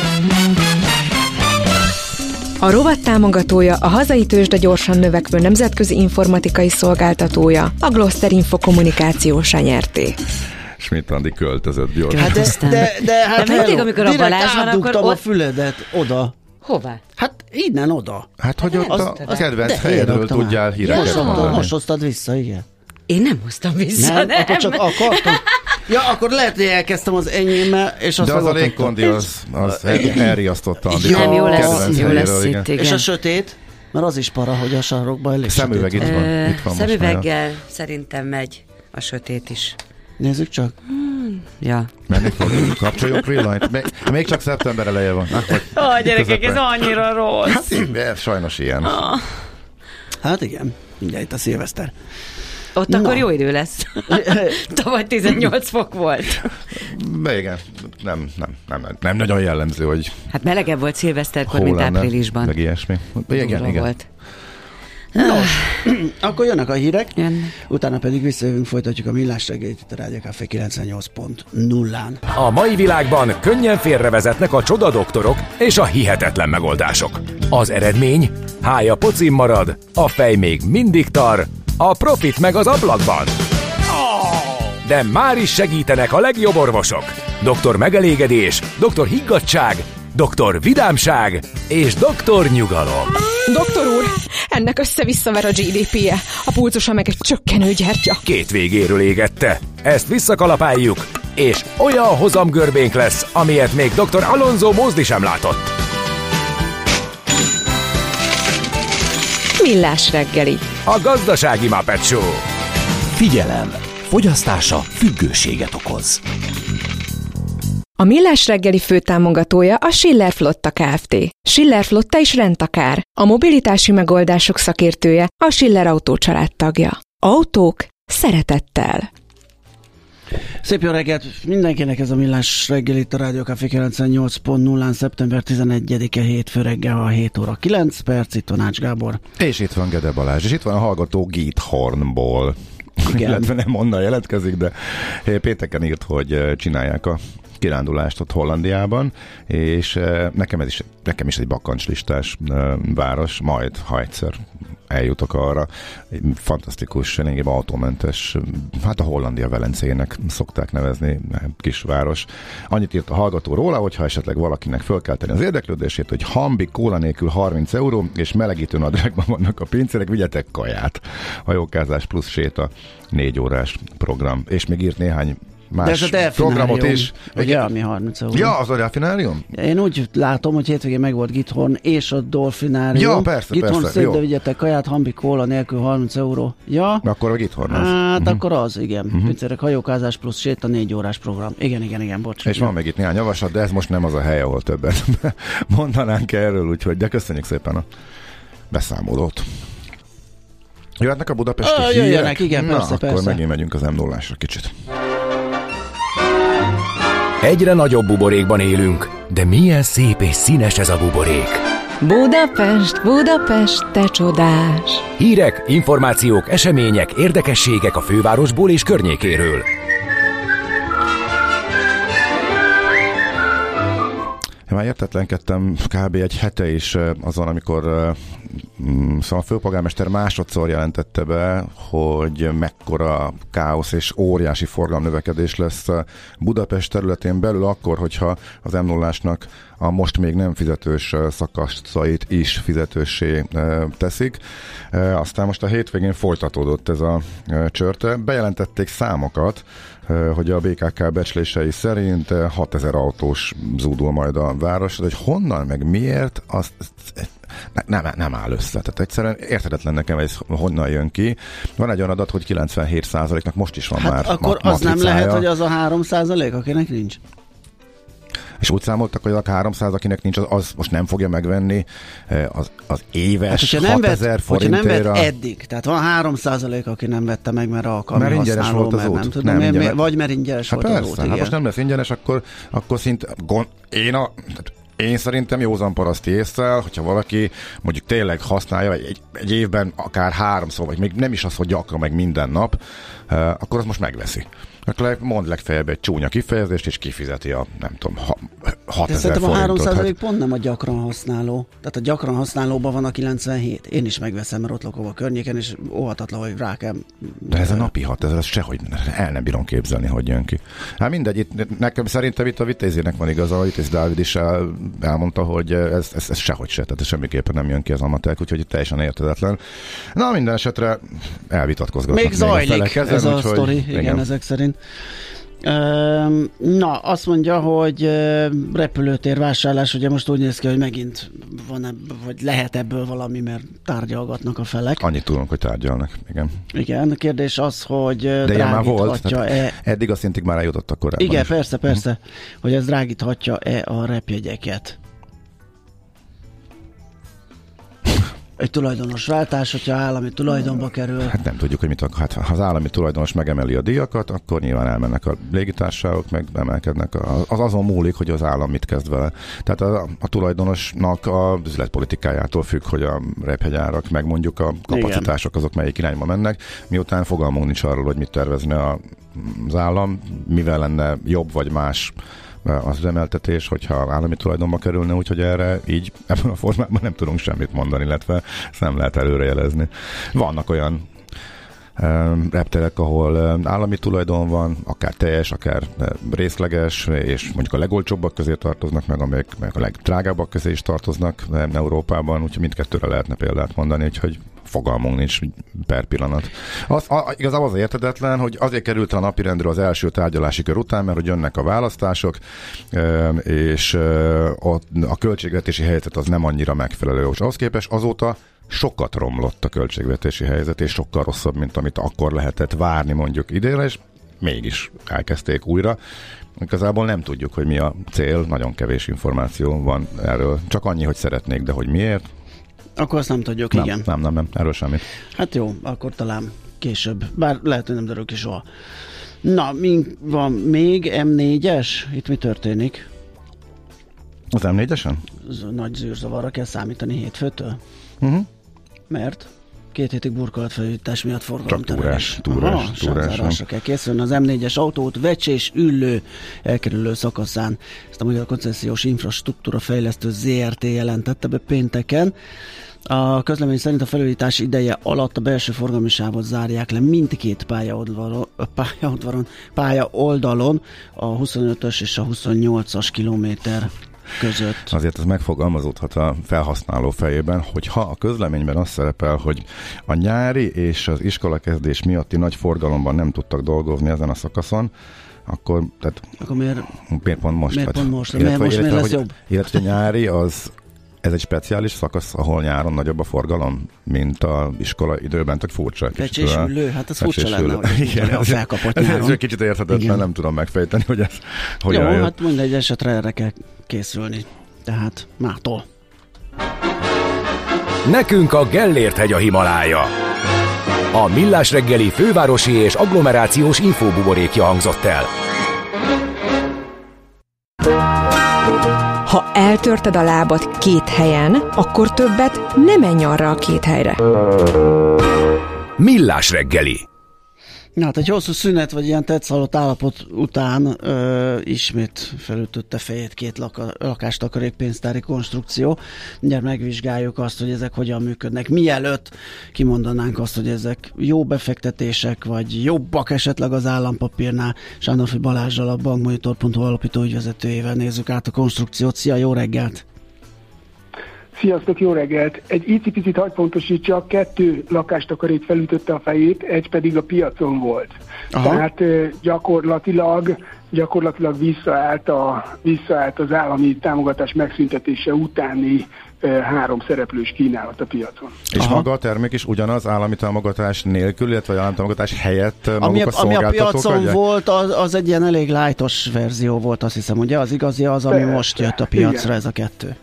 A rovat támogatója, a hazai tőzsde gyorsan növekvő nemzetközi informatikai szolgáltatója, a Gloster Info Kommunikációs nyerté. Schmidt Andi költözött gyorsan. Hát de, de, de hát de mindig, amikor a Balázs van, akkor ott... a füledet oda. Hová? Hát innen oda. Hát, hogy ott a, a kedvenc helyedről tudjál híreket mondani. Most hoztad vissza, igen. Én nem hoztam vissza, nem. nem. Akkor csak akartam. Ja, akkor lehet, hogy elkezdtem az enyémmel, és azt de az a légkondi, az, az elriasztotta. Nem, jó lesz, jó lesz itt, igen. És a sötét? Mert az is para, hogy a sarokban elég szemüveg itt van. Itt van szemüveggel szerintem megy a sötét is. Nézzük csak. Hmm, ja. Menni fogjuk, kapcsoljuk villanyt. Még, még csak szeptember eleje van. Ó, oh, gyerekek, közöpen. Ez annyira rossz. Hát ez sajnos ilyen. Oh. Hát igen, mindjárt itt a szilveszter. Ott Na. akkor jó idő lesz. Tavaly tizennyolc fok volt. De igen, nem, nem, nem, nem nagyon jellemző, hogy hát melegebb volt szilveszterkor, mint áprilisban. Meg ilyesmi. Igen, igen. Volt. Nos, akkor jönnek a hírek, Jönnek. utána pedig visszajövünk, folytatjuk a Millás reggelit itt a Rádió Café kilencvennyolc pont nullán. A mai világban könnyen félrevezetnek a csodadoktorok és a hihetetlen megoldások. Az eredmény? Hája pocim marad, a fej még mindig tar, a profit meg az ablakban. De már is segítenek a legjobb orvosok. Doktor Megelégedés, Doktor Higgadtság, Doktor Vidámság és Doktor Nyugalom. Doktor úr, ennek össze-visszaver a gé dé pé-je, a pulzusa meg egy csökkenő gyertya. Két végéről égette. Ezt visszakalapáljuk, és olyan hozamgörbénk lesz, amilyet még Doktor Alonso Mózdi sem látott. Millás reggeli. A gazdasági Muppet Show. Figyelem! Fogyasztása függőséget okoz. A Millás reggeli főtámogatója a Schiller Flotta Kft. Schiller Flotta is rendtakár. A mobilitási megoldások szakértője, a Schiller Autó családtagja. Autók szeretettel. Szép jó reggelt mindenkinek, ez a Millás reggel itt a Rádió Café kilencvennyolc pont nullán, szeptember tizenegyedike, hétfő reggel, a hét óra kilenc perc, itt van Ács Gábor. És itt van Gede Balázs, és itt van a hallgató Githornból. Illetve nem onnan jelentkezik, de pénteken írt, hogy csinálják a kirándulást ott Hollandiában, és nekem, ez is, nekem is egy bakancslistás város, majd, ha egyszer eljutok arra, egy fantasztikus, lényegében autómentes, hát a Hollandia Velencének szokták nevezni, kisváros. Annyit írt a hallgató róla, hogyha esetleg valakinek föl kell tenni az érdeklődését, hogy hambi kóla nélkül harminc euró, és melegítő nadrágban vannak a pincérek, vigyetek kaját. Hajókázás plusz séta, négy órás program. És még írt néhány más programot is. Ugye, ami harminc euró. Ja, az a delfinárium? Én úgy látom, hogy hétvégén meg volt Githorn és a Dolfinárium. Ja, persze, Githorn persze. szép, de vigyetek kaját, hambi kóla nélkül harminc euró. Ja. Akkor a Githorn az. Hát uh-huh. akkor az, igen. Uh-huh. Pincérek, hajókázás plusz séta, négy órás program. Igen, igen, igen, bocs. És igen. van még itt néhány javaslat, de ez most nem az a hely, ahol többet mondanánk erről, úgyhogy, de köszönjük szépen a beszámolót. Jöhetnek a budapesti Ö, hírek? jöjjenek, igen, Na, persze, akkor persze. megint megyünk az em nullásra kicsit. Egyre nagyobb buborékban élünk, de milyen szép és színes ez a buborék. Budapest, Budapest, te csodás! Hírek, információk, események, érdekességek a fővárosból és környékéről. Én már értetlenkedtem kb. Egy hete is azon, amikor szóval a főpolgármester másodszor jelentette be, hogy mekkora káosz és óriási forgalomnövekedés lesz Budapest területén belül, akkor, hogyha az em nullásnak a most még nem fizetős szakaszait is fizetőssé teszik. Aztán most a hétvégén folytatódott ez a csörte. Bejelentették számokat, hogy a bé ká ká becslései szerint hatezer autós zúdul majd a város, hogy honnan, meg miért, azt nem, nem áll össze. Tehát egyszerűen érthetetlen nekem, ez honnan jön ki. Van egy olyan adat, hogy kilencvenhét százaléknak most is van hát már akkor ma- az nem lehet, hogy az a három százalék, akinek nincs. És úgy számoltak, hogy a háromszáz, akinek nincs, az, az most nem fogja megvenni az, az éves hát, hatezer forintért. Hogyha nem vett eddig, tehát van három százalék, aki nem vette meg, mert alkalmi mert ingyenes használó, volt az mert út. nem tudom, nem, mert, vagy mert ingyenes hát volt persze, az út, hát igen. most nem lesz ingyenes, akkor, akkor szinte gond, én a... Én szerintem józan paraszti észszel, hogyha valaki mondjuk tényleg használja egy, egy évben akár háromszor, vagy még nem is az, hogy gyakran, meg minden nap, uh, akkor az most megveszi. Akkor mond legfeljebb egy csúnya kifejezést, és kifizeti a, nem tudom, hatezer Szerintem a három forintot. százalék hát... pont nem a gyakran használó. Tehát a gyakran használóban van a kilencvenhét. Én is megveszem, mert ott lakom a környéken, és óhatatlan, hogy rá kell. De ez a napi hatezer, ez sehogy el nem bírom képzelni, hogy jön ki. Hát mindegy, itt, nekem szerintem itt a Vitézének van igaza, a Vitéz Dávid is el, elmondta, hogy ez, ez, ez sehogy se, tehát ez semmiképpen nem jön ki az a matek, úgyhogy itt teljesen értetetlen. Na, minden esetre elvitatkozgatnak. Még zajlik még a ezen, ez a úgyhogy, sztori, igen, igen, ezek szerint. Na, azt mondja, hogy repülőtér vásárlás, ugye most úgy néz ki, hogy megint van ebből, vagy lehet ebből valami, mert tárgyalgatnak a felek. Annyit tudunk, hogy tárgyalnak, igen. Igen, a kérdés az, hogy de ilyen már volt, drágíthatja-e... eddig a szintig már eljutottak korábban. Igen, is. persze, persze, uh-huh. hogy ez drágíthatja-e a repjegyeket. egy tulajdonosváltás, hogyha állami tulajdonba kerül. Hát nem tudjuk, hogy mit akar. Hát, ha az állami tulajdonos megemeli a díjakat, akkor nyilván elmennek a légitársaságok, meg emelkednek. Az azon múlik, hogy az állam mit kezd vele. Tehát a, a tulajdonosnak a üzletpolitikájától függ, hogy a repjegyárak, meg mondjuk a kapacitások azok melyik irányba mennek, miután fogalmunk nincs arról, hogy mit tervezne a, az állam, mivel lenne jobb vagy más az üzemeltetés, hogyha állami tulajdonba kerülne, úgyhogy erre így ebben a formában nem tudunk semmit mondani, illetve ezt nem lehet előrejelezni. Vannak olyan repterek, ahol állami tulajdon van, akár teljes, akár részleges, és mondjuk a legolcsóbbak közé tartoznak, meg amelyek meg a legdrágábbak közé is tartoznak Európában, úgyhogy mindkettőre lehetne példát mondani, úgyhogy fogalmunk nincs per pillanat. Az, a, igazából az érthetetlen, hogy azért került a napirendre az első tárgyalási kör után, mert hogy jönnek a választások, és a költségvetési helyzet az nem annyira megfelelő. És ahhoz képest azóta sokat romlott a költségvetési helyzet, és sokkal rosszabb, mint amit akkor lehetett várni mondjuk idénre, és mégis elkezdték újra. Igazából nem tudjuk, hogy mi a cél, nagyon kevés információ van erről. Csak annyi, hogy szeretnék, de hogy miért? Akkor azt nem tudjuk, nem, igen. Nem, nem, nem, erről semmit. Hát jó, akkor talán később. Bár lehet, hogy nem derül ki soha. Na, mi van még? em négyes? Itt mi történik? Az em négyesen? Nagy zűrzavarra kell számítani hétfőtől? Uh-huh. Mert? Két hétig burkolatfelújítás miatt forgalom Csak túrás, túrás, túrás. Aha, kell készülni az em négyes autót vecsés üllő elkerülő szakaszán. Ezt a Magyar Koncesziós Infrastruktúra Fejlesztő zé er té jelentette be pénteken. A közlemény szerint a felújítás ideje alatt a belső forgalmi sávot zárják le mindkét pályaudvaron, pályaudvaron, pályaoldalon a huszonötös és a huszonnyolcas kilométer között. Azért ez megfogalmazódhat a felhasználó fejében, hogy ha a közleményben az szerepel, hogy a nyári és az iskolakezdés miatti nagy forgalomban nem tudtak dolgozni ezen a szakaszon, akkor, tehát, akkor miért, miért pont most? Miért pont most? Illetve, miért most illetve, miért lesz hogy, jobb? Illetve a nyári az ez egy speciális szakasz, ahol nyáron nagyobb a forgalom, mint a iskola időben, tök furcsa. Fecsésülő, hát ez furcsa lenne, hogy a felkapott nyáron. Ez egy kicsit érthetetlen, igen. Nem tudom megfejteni, hogy ez hogyan Jó, jött. hát mindegy esetre erre kell készülni. Tehát mától. Nekünk a Gellért-hegy a Himalája. A Millás reggeli fővárosi és agglomerációs infóbuborékja hangzott el. Ha eltörted a lábad két helyen, akkor többet nem menj arra a két helyre. Millás reggeli. Na, hát egy hosszú szünet, vagy ilyen tetszalott állapot után ö, ismét felütötte fejét két laka, lakástakarékpénztári konstrukció. Mindjárt megvizsgáljuk azt, hogy ezek hogyan működnek. Mielőtt kimondanánk azt, hogy ezek jó befektetések, vagy jobbak esetleg az állampapírnál. Sándorfi Balázsral, a bankmonitor pont hu alapító ügyvezetőjével nézzük át a konstrukciót. Szia, jó reggelt! Sziasztok, jó reggelt! Egy icipicit hagy pontosítsak, kettő lakástakarék felütötte a fejét, egy pedig a piacon volt. Aha. Tehát gyakorlatilag, gyakorlatilag visszaállt, a, visszaállt az állami támogatás megszüntetése utáni három szereplős kínálat a piacon. És Aha. maga a termék is ugyanaz állami támogatás nélkül, illetve állami támogatás helyett maguk ami a, a szolgáltatók? Ami a piacon adják? volt, az, az egy ilyen elég lightos verzió volt, azt hiszem, ugye? Az igazi az, ami Persze. most jött a piacra, igen. Ez a kettő.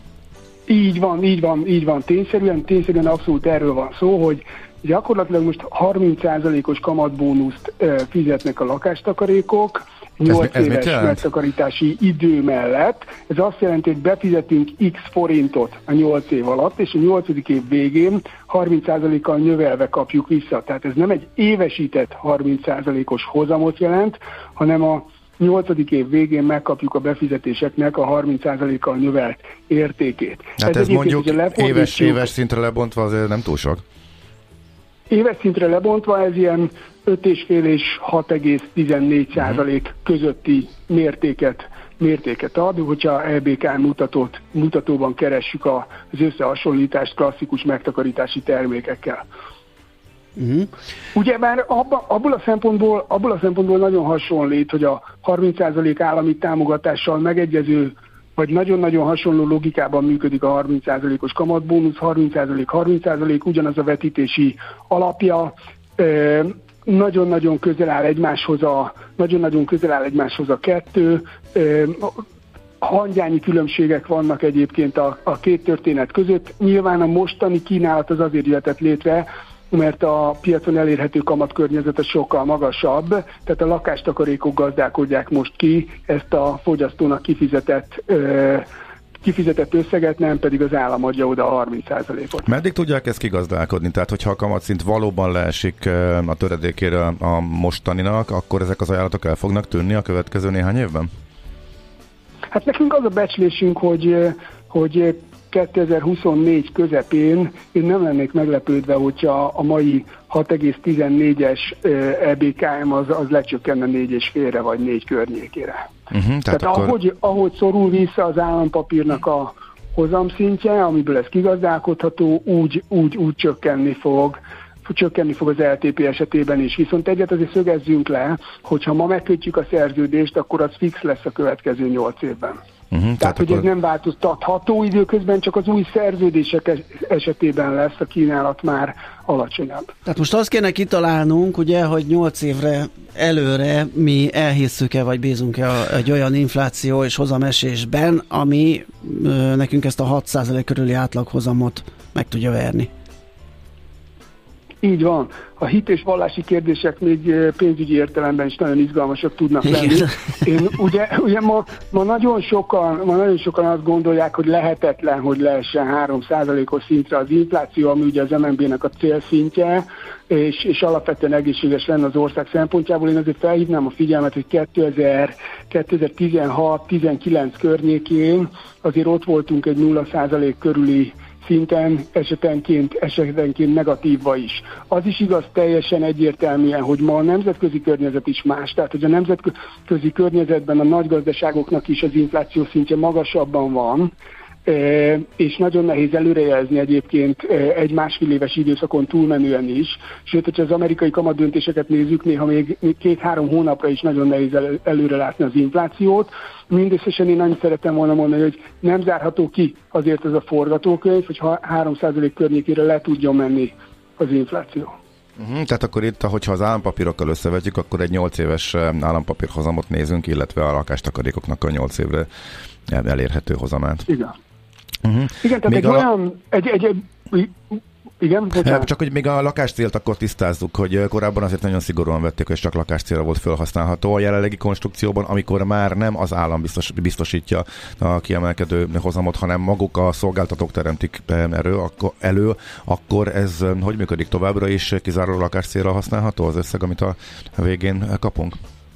Így van, így van, így van. Tényszerűen, tényszerűen abszolút erről van szó, hogy gyakorlatilag most harminc százalékos kamatbónuszt uh, fizetnek a lakástakarékok, nyolc ez, ez éves megtakarítási idő mellett. Ez azt jelenti, hogy befizetünk X forintot a nyolc év alatt, és a nyolcadik év végén harminc százalékkal növelve kapjuk vissza. Tehát ez nem egy évesített harminc százalékos hozamot jelent, hanem a nyolcadik év végén megkapjuk a befizetéseknek a harminc százalékkal növelt értékét. Hát ez, ez mondjuk éves, éves szintre lebontva azért nem túl sok? Éves szintre lebontva ez ilyen öt egész öt és hat egész tizennégy százalék közötti mértéket, mértéket ad, hogyha é bé ká mutatót, mutatóban keressük az összehasonlítást klasszikus megtakarítási termékekkel. Uh-huh. Ugyebár abba, abból, a szempontból, abból a szempontból nagyon hasonlít, hogy a harminc százalék állami támogatással megegyező, vagy nagyon-nagyon hasonló logikában működik a harminc százalékos kamatbónusz, harminc százalék, harminc százalék ugyanaz a vetítési alapja, ö, nagyon-nagyon közel áll egymáshoz a, nagyon-nagyon közel áll egymáshoz a kettő, ö, hangyányi különbségek vannak egyébként a, a két történet között. Nyilván a mostani kínálat az azért jöhetett létre, mert a piacon elérhető kamatkörnyezete sokkal magasabb, tehát a lakástakarékok gazdálkodják most ki ezt a fogyasztónak kifizetett ö, kifizetett összeget, nem pedig az állam adja oda a harminc százalékot. Meddig tudják ezt kigazdálkodni? Tehát, hogyha a kamatszint valóban leesik a töredékére a mostaninak, akkor ezek az ajánlatok el fognak tűnni a következő néhány évben? Hát nekünk az a becslésünk, hogy, hogy kétezer-huszonnégy közepén én nem lennék meglepődve, hogyha a mai hat egész tizennégyes é bé ká em az, az lecsökkenne négy és félre vagy négy környékére. Uh-huh, tehát tehát akkor... ahogy, ahogy szorul vissza az állampapírnak a hozamszintje, amiből ez kigazdálkodható, úgy, úgy, úgy csökkenni fog, csökkenni fog az el té pé esetében is. Viszont egyet azért szögezzünk le, hogyha ma megkötjük a szerződést, akkor az fix lesz a következő nyolc évben. Uh-huh, tehát, tehát hogy akkor... ez nem változtatható, időközben csak az új szerződések esetében lesz a kínálat már alacsonyabb. Tehát most azt kéne kitalálnunk, ugye, hogy nyolc évre előre mi elhisszük-e, vagy bízunk-e egy olyan infláció és hozamesésben, ami ö, nekünk ezt a hat százalék körüli átlaghozamot meg tudja verni. Így van. A hit és vallási kérdések még pénzügyi értelemben is nagyon izgalmasak tudnak lenni. Én, ugye, ugye ma, ma, nagyon sokan, ma nagyon sokan azt gondolják, hogy lehetetlen, hogy lehessen három százalékos szintre az infláció, ami ugye az em en bé-nek a célszintje, és, és alapvetően egészséges lenne az ország szempontjából. Én azért felhívnám a figyelmet, hogy kétezer-tizenhat tizenkilenc környékén azért ott voltunk egy nulla százalék körüli szinten, esetenként, esetenként negatívva is. Az is igaz teljesen egyértelműen, hogy ma a nemzetközi környezet is más, tehát hogy a nemzetközi környezetben a nagy gazdaságoknak is az infláció szintje magasabban van, és nagyon nehéz előrejelzni egyébként egy másfél éves időszakon túlmenően is. Sőt, hogyha az amerikai kamatdöntéseket nézzük, néha még két-három hónapra is nagyon nehéz előre látni az inflációt. Mindösszesen én annyit szeretem volna mondani, hogy nem zárható ki azért ez a forgatókönyv, hogy három százalék környékére le tudjon menni az infláció. Uh-huh, tehát akkor itt, hogyha az állampapírokkal összevetjük, akkor egy nyolc éves állampapírhozamot nézünk, illetve a lakástakarékoknak a nyolc évre elérhető hozamát. Igen. Uh-huh. Igen, tehát még egy a... olyan... Egy, egy, egy, igen, bocsánat. Csak hogy még a lakáscélt akkor tisztázzuk, hogy korábban azért nagyon szigorúan vették, hogy csak lakáscélra volt felhasználható. A jelenlegi konstrukcióban, amikor már nem az állam biztos, biztosítja a kiemelkedő hozamot, hanem maguk a szolgáltatók teremtik elő, akkor, elő, akkor ez hogy működik továbbra is? Kizárólag lakáscélra használható az összeg, amit a végén kapunk?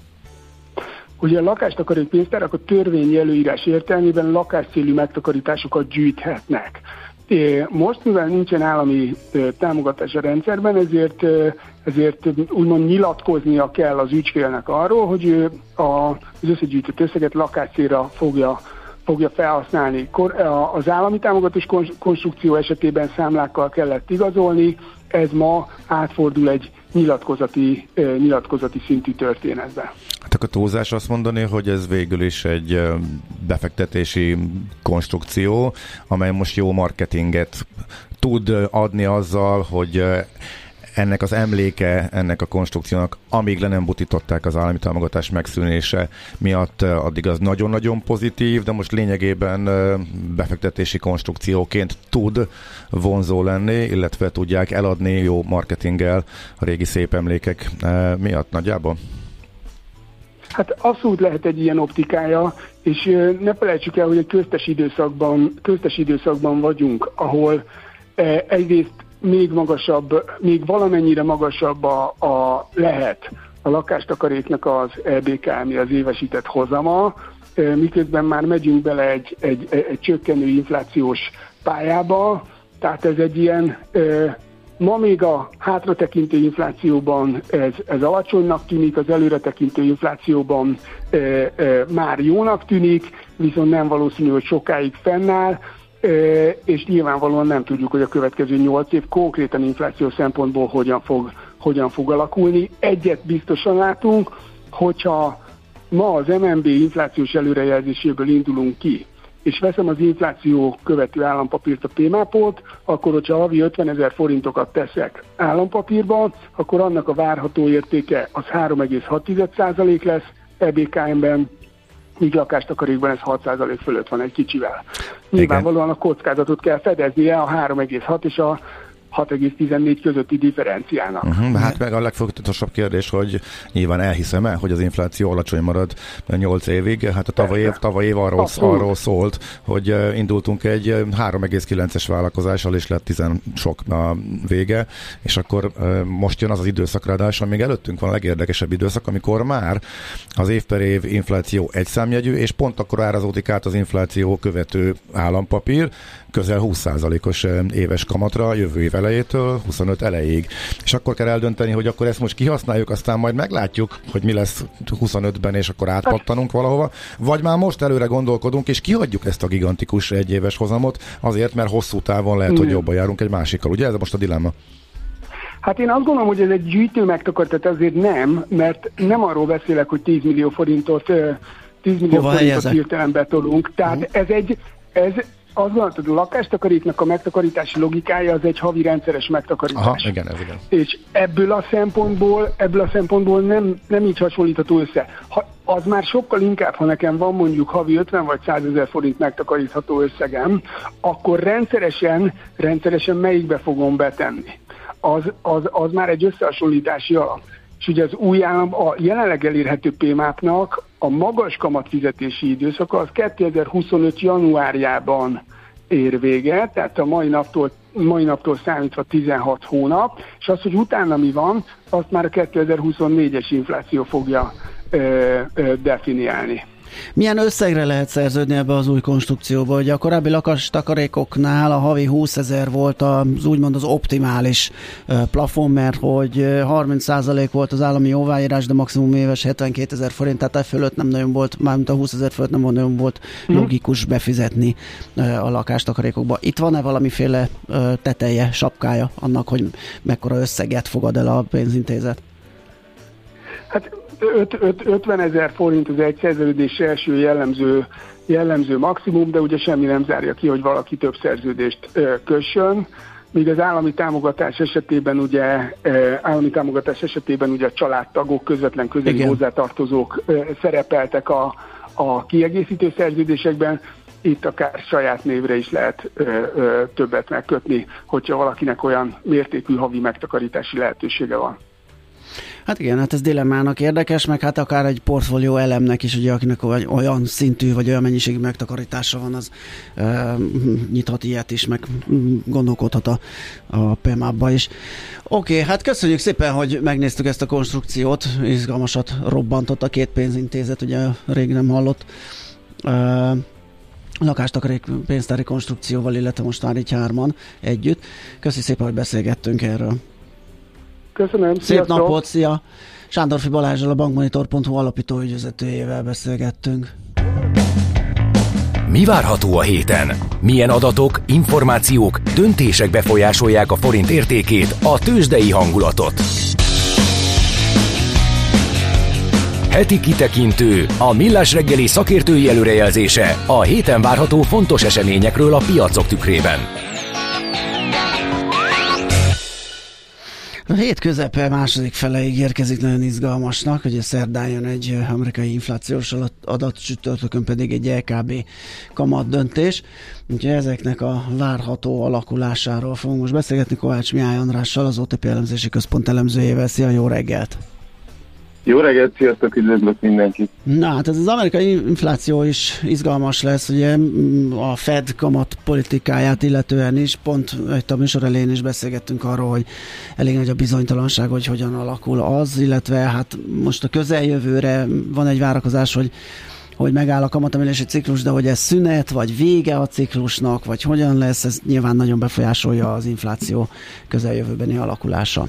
Ugye a lakástakarék pénztárak a törvényi előírás értelmében lakáscélű megtakarításokat gyűjthetnek. Most, mivel nincsen állami támogatás a rendszerben, ezért, ezért úgymond nyilatkoznia kell az ügyfélnek arról, hogy ő az összegyűjtött összeget lakáscélra fogja, fogja felhasználni. Az állami támogatás konstrukció esetében számlákkal kellett igazolni, ez ma átfordul egy nyilatkozati, nyilatkozati szintű történetbe. Hát akkor túlzás azt mondani, hogy ez végül is egy befektetési konstrukció, amely most jó marketinget tud adni azzal, hogy ennek az emléke, ennek a konstrukciónak, amíg le nem butították az állami támogatás megszűnése miatt, addig az nagyon-nagyon pozitív, de most lényegében befektetési konstrukcióként tud vonzó lenni, illetve tudják eladni jó marketinggel a régi szép emlékek miatt nagyjából? Hát abszolút lehet egy ilyen optikája, és ne felejtsük el, hogy egy köztes időszakban, köztes időszakban vagyunk, ahol egyrészt még magasabb, még valamennyire magasabb a, a lehet a lakástakaréknak az é bé ká em, az évesített hozama, miközben már megyünk bele egy, egy, egy csökkenő inflációs pályába, tehát ez egy ilyen, ma még a hátratekintő inflációban ez, ez alacsonynak tűnik, az előretekintő inflációban e, e, már jónak tűnik, viszont nem valószínű, hogy sokáig fennáll, és nyilvánvalóan nem tudjuk, hogy a következő nyolc év konkrétan infláció szempontból hogyan fog, hogyan fog alakulni. Egyet biztosan látunk, hogyha ma az em en bé inflációs előrejelzéséből indulunk ki, és veszem az infláció követő állampapírt, a pémápot, akkor hogyha havi ötvenezer forintokat teszek állampapírba, akkor annak a várható értéke az három egész hat százalék lesz é bé ká em-ben, míg lakástakarékban ez hat százalék fölött van egy kicsivel. Nyilvánvalóan a kockázatot kell fedeznie a három egész hat és a hat egész tizennégy közötti differenciának. Uh-huh, hát meg a legfontosabb kérdés, hogy nyilván elhiszem-e, hogy az infláció alacsony marad nyolc évig. Hát a tavaly év, tavaly év arról, arról szólt, hogy indultunk egy három egész kilences vállalkozással, és lett tíz sok a vége, és akkor most jön az az időszak, ráadásul még előttünk van a legérdekesebb időszak, amikor már az év per év infláció egyszámjegyű, és pont akkor árazódik át az infláció követő állampapír, közel húsz százalékos éves kamatra jövő év elejétől huszonöt elejéig. És akkor kell eldönteni, hogy akkor ezt most kihasználjuk, aztán majd meglátjuk, hogy mi lesz huszonötben, és akkor átpattanunk valahova, vagy már most előre gondolkodunk, és kihagyjuk ezt a gigantikus egyéves hozamot, azért, mert hosszú távon lehet, hogy jobban járunk egy másikkal. Ugye ez most a dilemma? Hát én azt gondolom, hogy ez egy gyűjtő megtakarítás, azért nem, mert nem arról beszélek, hogy tíz millió forintot, tíz millió Hova forintot hirtelen betolunk. Tehát uh-huh. ez egy, ez az van, hogy a lakástakaréknak a megtakarítási logikája az egy havi rendszeres megtakarítás. Aha, igen, ez igen. És ebből a szempontból, ebből a szempontból nem, nem így hasonlítható össze. Ha, az már sokkal inkább, ha nekem van mondjuk havi ötven vagy százezer forint megtakarítható összegem, akkor rendszeresen, rendszeresen melyikbe fogom betenni. Az, az, az már egy összehasonlítási alap. És ugye az új állam, a jelenleg elérhető pé mápnak a magas kamatfizetési időszaka az kétezer-huszonöt januárjában ér véget, tehát a mai naptól, mai naptól számítva tizenhat hónap, és az, hogy utána mi van, azt már a kétezer-huszonnégyes infláció fogja ö, ö, definiálni. Milyen összegre lehet szerződni ebbe az új konstrukcióba? Ugye a korábbi lakástakarékoknál a havi húszezer volt az úgymond az optimális plafon, mert hogy harminc százalék volt az állami jóváírás, de maximum éves hetvenkétezer forint, tehát e fölött nem nagyon volt, mármint a húszezer fölött nem nagyon volt logikus befizetni a lakástakarékokba. Itt van-e valamiféle teteje, sapkája annak, hogy mekkora összeget fogad el a pénzintézet? Hát ötvenezer forint az egy szerződés első jellemző, jellemző maximum, de ugye semmi nem zárja ki, hogy valaki több szerződést ö, kössön, míg az állami támogatás esetében ugye ö, állami támogatás esetében ugye a családtagok, közvetlen közeli Igen. hozzátartozók ö, szerepeltek a, a kiegészítő szerződésekben, itt akár saját névre is lehet ö, ö, többet megkötni, hogyha valakinek olyan mértékű havi megtakarítási lehetősége van. Hát igen, hát ez dilemmának érdekes, meg hát akár egy portfólió elemnek is, ugye, akinek olyan szintű, vagy olyan mennyiségű megtakarítása van, az e, nyithat ilyet is, meg gondolkodhat a, a pé mápba is. Oké, okay, hát köszönjük szépen, hogy megnéztük ezt a konstrukciót, izgalmasat robbantott a két pénzintézet, ugye rég nem hallott e, lakástakarék pénztári konstrukcióval, illetve most már így hárman együtt. Köszi szépen, hogy beszélgettünk erről. Köszönöm, Szép sziasztok. Napot, szia! Sándorfi Balázsral, a bankmonitor pont hu alapító ügyvezetőjével beszélgettünk. Mi várható a héten? Milyen adatok, információk, döntések befolyásolják a forint értékét, a tőzsdei hangulatot? Heti kitekintő, a Millás reggeli szakértői előrejelzése a héten várható fontos eseményekről a piacok tükrében. A hét közepe második feleig érkezik nagyon izgalmasnak, hogy a szerdán jön egy amerikai inflációs adat, csütörtökön pedig egy é ká bé kamat döntés. Úgyhogy ezeknek a várható alakulásáról fogunk most beszélgetni Kovács Mihály Andrással, az o té pé elemzési központ elemzőjével. Szia, jó reggelt! Jó reggelt, sziasztok, üdvözlök mindenkit! Na, hát ez az amerikai infláció is izgalmas lesz, ugye a Fed kamat politikáját illetően is, pont itt a műsor elején is beszélgettünk arról, hogy elég nagy a bizonytalanság, hogy hogyan alakul az, illetve hát most a közeljövőre van egy várakozás, hogy hogy megáll a kamatemelési ciklus, de hogy ez szünet, vagy vége a ciklusnak, vagy hogyan lesz, ez nyilván nagyon befolyásolja az infláció közeljövőbeni alakulása.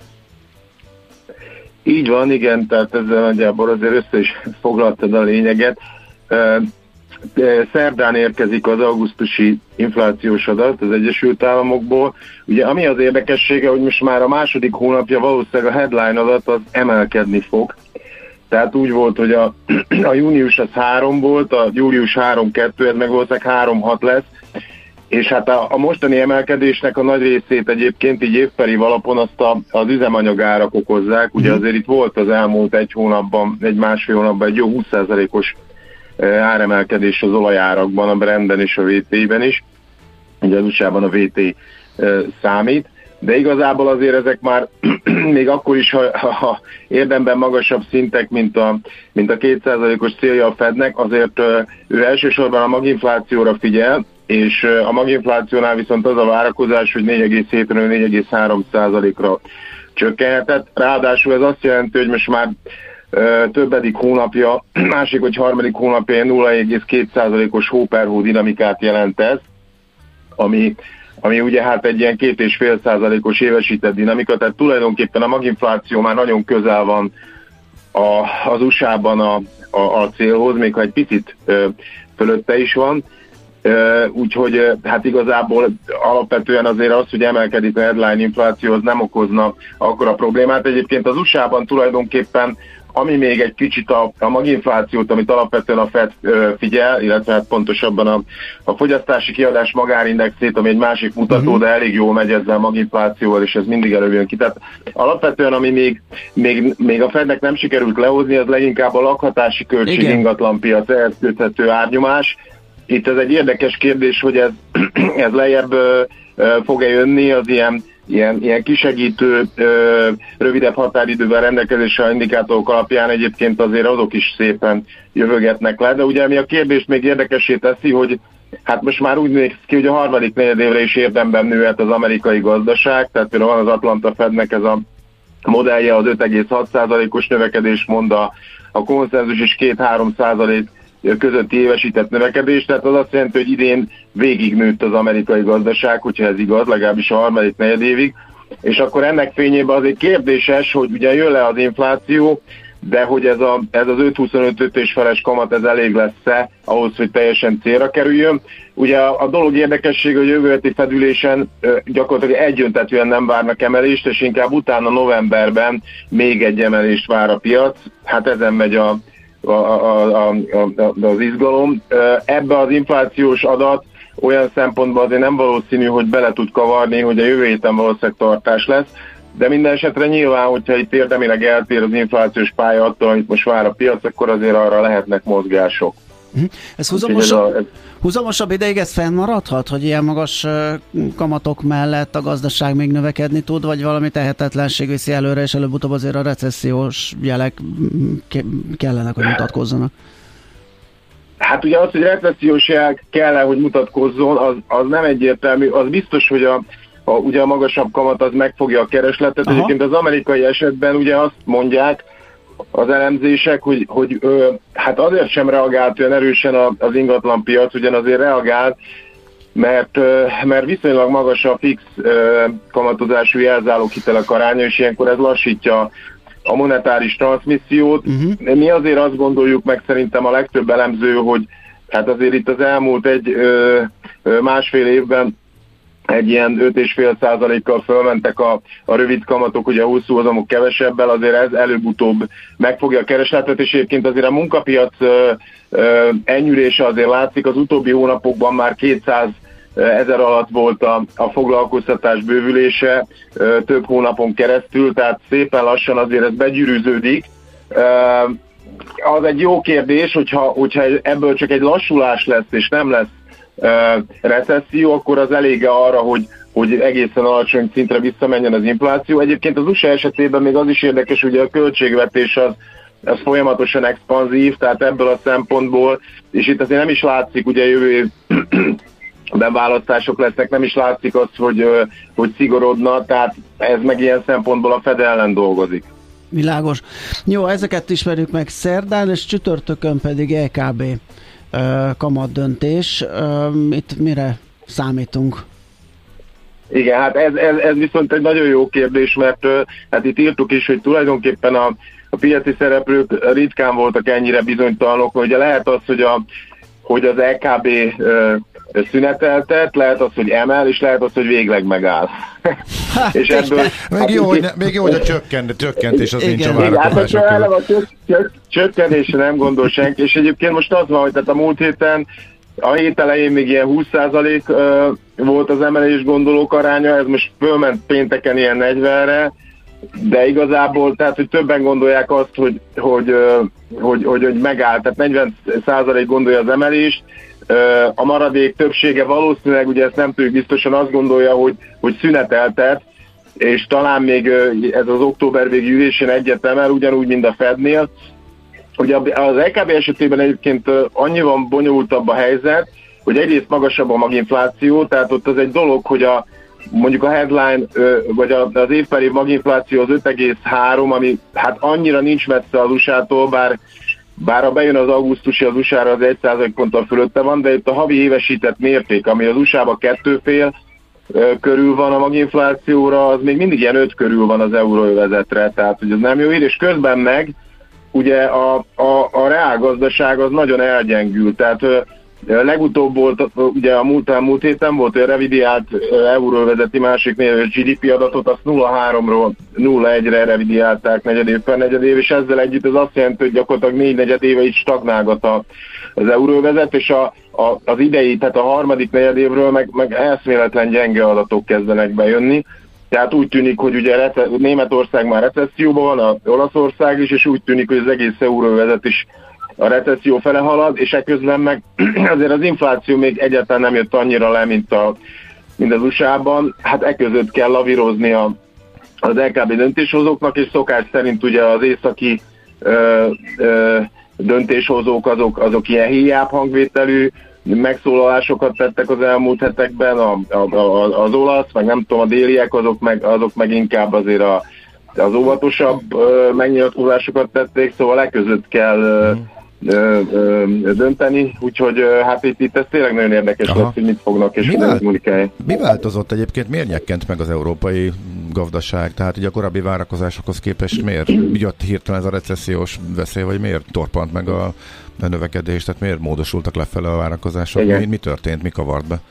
Így van, igen, tehát ezzel nagyjából azért össze is foglaltad a lényeget. Szerdán érkezik az augusztusi inflációs adat az Egyesült Államokból. Ugye ami az érdekessége, hogy most már a második hónapja valószínűleg a headline adat az emelkedni fog. Tehát úgy volt, hogy a, a június az három volt, a július három kettő, ez meg valószínűleg három hat lesz. És hát a, a mostani emelkedésnek a nagy részét egyébként így évperi alapon azt a, az üzemanyagárak okozzák. Ugye azért itt volt az elmúlt egy hónapban, egy másfél hónapban egy jó húsz százalékos áremelkedés az olajárakban, a Brentben és a vé té-ben is. Ugye az u es á-ban a vé té számít, de igazából azért ezek már még akkor is, ha, ha érdemben magasabb szintek, mint a, mint a két százalékos célja a Fednek, azért ő elsősorban a maginflációra figyel, és a maginflációnál viszont az a várakozás, hogy négy egész hétről négy egész három százalékra csökkenhetett. Ráadásul ez azt jelenti, hogy most már többedik hónapja, másik vagy harmadik hónapja nulla egész két százalékos hó per hó dinamikát jelent ez, ami, ami ugye hát egy ilyen két egész öt százalékos évesített dinamika, tehát tulajdonképpen a maginfláció már nagyon közel van a, az u es á-ban a, a, a célhoz, még ha egy picit ö, fölötte is van. Uh, úgyhogy uh, hát igazából alapvetően azért az, hogy emelkedik a headline infláció, az nem okozna akkora problémát. Egyébként az u es á-ban tulajdonképpen, ami még egy kicsit a, a maginflációt, amit alapvetően a Fed uh, figyel, illetve hát pontosabban a, a fogyasztási kiadás magárindexét, ami egy másik mutató, uh-huh. de elég jól megy ezzel a maginflációval, és ez mindig előjön ki. Tehát alapvetően, ami még, még, még a Fednek nem sikerült lehozni, az leginkább a lakhatási költség ingatlanpiac, ehhez köthető árnyomás. Itt ez egy érdekes kérdés, hogy ez, ez lejjebb ö, ö, fog-e jönni az ilyen, ilyen, ilyen kisegítő, ö, rövidebb határidővel rendelkezésre indikátorok alapján, egyébként azért azok is szépen jövögetnek le, de ugye ami a kérdést még érdekessé teszi, hogy hát most már úgy néz ki, hogy a harmadik negyedévre is érdemben nőhet az amerikai gazdaság, tehát például van az Atlanta Fednek ez a modellje, az öt egész hat százalékos növekedés mond a, a konszenzus is két-három százalék közötti évesített növekedés, tehát az azt jelenti, hogy idén végignőtt az amerikai gazdaság, hogyha ez igaz, legalábbis a harmadik negyedévig, és akkor ennek fényében azért kérdéses, hogy ugye jön le az infláció, de hogy ez, a, ez az öt huszonöt és feles kamat, ez elég lesz-e ahhoz, hogy teljesen célra kerüljön. Ugye a, a dolog érdekessége, hogy jövő heti fedülésen gyakorlatilag egyöntetően nem várnak emelést, és inkább utána novemberben még egy emelést vár a piac. Hát ezen megy a A, a, a, a, az izgalom. Ebbe az inflációs adat olyan szempontból azért nem valószínű, hogy bele tud kavarni, hogy a jövő héten valószínűleg tartás lesz, de minden esetre nyilván, hogyha itt érdemileg eltér az inflációs pálya attól, amit most vár a piac, akkor azért arra lehetnek mozgások. Ez húzamosabb, ez a, ez... húzamosabb ideig ez fennmaradhat, hogy ilyen magas kamatok mellett a gazdaság még növekedni tud, vagy valami tehetetlenség viszi előre, és előbb-utóbb azért a recessziós jelek kellene, hogy mutatkozzanak? Hát ugye az, hogy recessziós jelek kellene, hogy mutatkozzon, az, az nem egyértelmű. Az biztos, hogy a, a, ugye a magasabb kamat az megfogja a keresletet. Aha. Egyébként az amerikai esetben ugye azt mondják, az elemzések, hogy, hogy ö, hát azért sem reagált olyan erősen az ingatlanpiac, ugyan azért reagált, mert, ö, mert viszonylag magas a fix ö, kamatozású jelzálók hitelek aránya, és ilyenkor ez lassítja a monetáris transmissziót. Uh-huh. Mi azért azt gondoljuk meg szerintem a legtöbb elemző, hogy hát azért itt az elmúlt egy ö, ö, másfél évben egy ilyen öt egész öt százalékkal fölmentek a, a rövid kamatok, ugye a hosszú hozamok kevesebbel, azért ez előbb-utóbb megfogja a keresletet, és egyébként azért a munkapiac ö, ö, enyhülése azért látszik, az utóbbi hónapokban már kétszáz ezer alatt volt a, a foglalkoztatás bővülése ö, több hónapon keresztül, tehát szépen lassan azért ez begyűrűződik. Ö, az egy jó kérdés, hogyha, hogyha ebből csak egy lassulás lesz, és nem lesz Uh, recesszió, akkor az elége arra, hogy, hogy egészen alacsony szintre visszamenjen az infláció. Egyébként az u es á esetében még az is érdekes, hogy a költségvetés az, az folyamatosan expanzív, tehát ebből a szempontból, és itt azért nem is látszik, ugye jövő évben választások lesznek, nem is látszik az, hogy, hogy szigorodna, tehát ez meg ilyen szempontból a Fed ellen dolgozik. Világos. Jó, ezeket ismerjük meg szerdán, és csütörtökön pedig é ká bé kamat döntés. Itt mire számítunk? Igen, hát ez, ez, ez viszont egy nagyon jó kérdés, mert hát itt írtuk is, hogy tulajdonképpen a, a piaci szereplők ritkán voltak ennyire bizonytalanok, hogy lehet az, hogy, a, hogy az é ká bé szüneteltet, lehet az, hogy emel, és lehet az, hogy végleg megáll. Hát, és ebből, még, hát, jó, hogy ne, még jó, hogy a csökkent, csökkentés az nincs a várakozások között. Hát, a csök, csök, csökkentésre nem gondol senki, és egyébként most az van, hogy tehát a múlt héten, a hét elején még ilyen húsz százalék uh, volt az emelés gondolók aránya, ez most fölment pénteken ilyen negyvenre, de igazából, tehát, hogy többen gondolják azt, hogy, hogy, hogy, hogy, hogy megáll, tehát negyven százalék gondolja az emelést, a maradék többsége valószínűleg, ugye ezt nem tudjuk biztosan, azt gondolja, hogy, hogy szüneteltet, és talán még ez az október végi ülésén egyet emel, ugyanúgy, mint a Fednél. Ugye az é ká bé esetében egyébként annyiban bonyolultabb a helyzet, hogy egyrészt magasabb a maginfláció, tehát ott az egy dolog, hogy a mondjuk a headline, vagy az év per év maginfláció az öt egész három, ami hát annyira nincs messze az u es á-tól, bár, bár ha bejön az augusztusi az u es á-ra, az egy százalékponttal fölötte van, de itt a havi évesített mérték, ami az u es á-ban kettő fél körül van a maginflációra, az még mindig ilyen öt körül van az euróövezetre, tehát hogy ez nem jó ír, és közben meg ugye a, a, a reálgazdaság az nagyon elgyengült, tehát legutóbb volt, ugye a múlt, múlt héten volt, hogy a revidiált euróvezeti másik gé dé pé adatot, azt nulla egész háromról nulla egész egyre revidiálták negyedév per negyedév, és ezzel együtt ez azt jelenti, hogy gyakorlatilag négy negyed éve így stagnálgat a, az euróvezet, és a, a, az idei, tehát a harmadik negyedévről meg, meg eszméletlen gyenge adatok kezdenek bejönni. Tehát úgy tűnik, hogy ugye rece- Németország már recesszióban van, a Olaszország is, és úgy tűnik, hogy az egész euróvezet is a recesszió fele halad, és ekközben meg azért az infláció még egyáltalán nem jött annyira le, mint, a, mint az u es á-ban. Hát ekközött kell lavírozni a, az é ká bé döntéshozóknak, és szokás szerint ugye az északi ö, ö, döntéshozók azok, azok ilyen héjább hangvételű megszólalásokat tettek az elmúlt hetekben, a, a, a, az olasz, meg nem tudom, a déliek, azok meg, azok meg inkább azért a, az óvatosabb ö, megnyilatkozásokat tették, szóval ekközött kell ö, ö, ö, dönteni, úgyhogy ö, hát itt, itt ez tényleg nagyon érdekes lesz, hogy mit fognak és mi, vál- mi változott egyébként, miért nyekkent meg az európai gazdaság? Tehát ugye a korábbi várakozásokhoz képest miért jött hirtelen ez a recessziós veszély, vagy miért torpant meg a, a növekedés, tehát miért módosultak lefele a várakozások? Mi, mi történt, mi kavart be?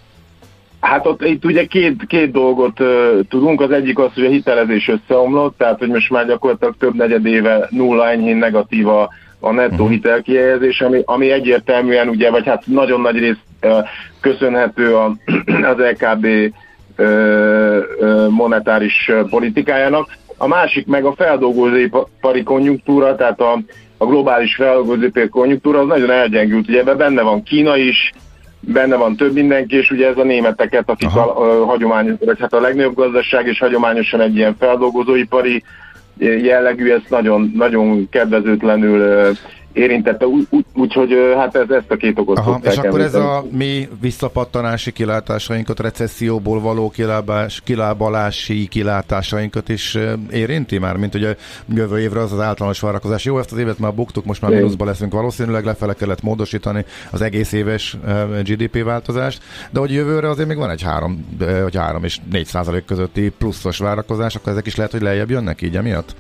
Hát ott itt ugye két, két dolgot uh, tudunk, az egyik az, hogy a hitelezés összeomlott, tehát hogy most már gyakorlatilag több negyed éve nulla enyhén negatív a, a nettó hitelkihelyezés, ami, ami egyértelműen ugye, vagy hát nagyon nagy rész uh, köszönhető a, az é ká bé uh, uh, monetáris politikájának. A másik meg a feldolgozóipari konjunktúra, tehát a, a globális feldolgozóipari konjunktúra az nagyon elgyengült, ugye ebben benne van Kína is, benne van több mindenki, és ugye ez a németeket, akik a, a hagyományos, vagy hát a legnagyobb gazdaság, és hagyományosan egy ilyen feldolgozóipari jellegű, ezt nagyon, nagyon kedvezőtlenül érintette, úgyhogy úgy, hát ez, ezt a két okot Aha, tudták. És akkor ez a mi visszapattanási kilátásainkat, recesszióból való kilábás, kilábalási kilátásainkat is érinti már, mint ugye jövő évre az az általános várakozás. Jó, ezt az évet már buktuk, most már mínuszba leszünk valószínűleg, lefele kellett módosítani az egész éves gé dé pé változást, de hogy jövőre azért még van egy három, vagy három és négy százalék közötti pluszos várakozás, akkor ezek is lehet, hogy lejjebb jönnek így emiatt?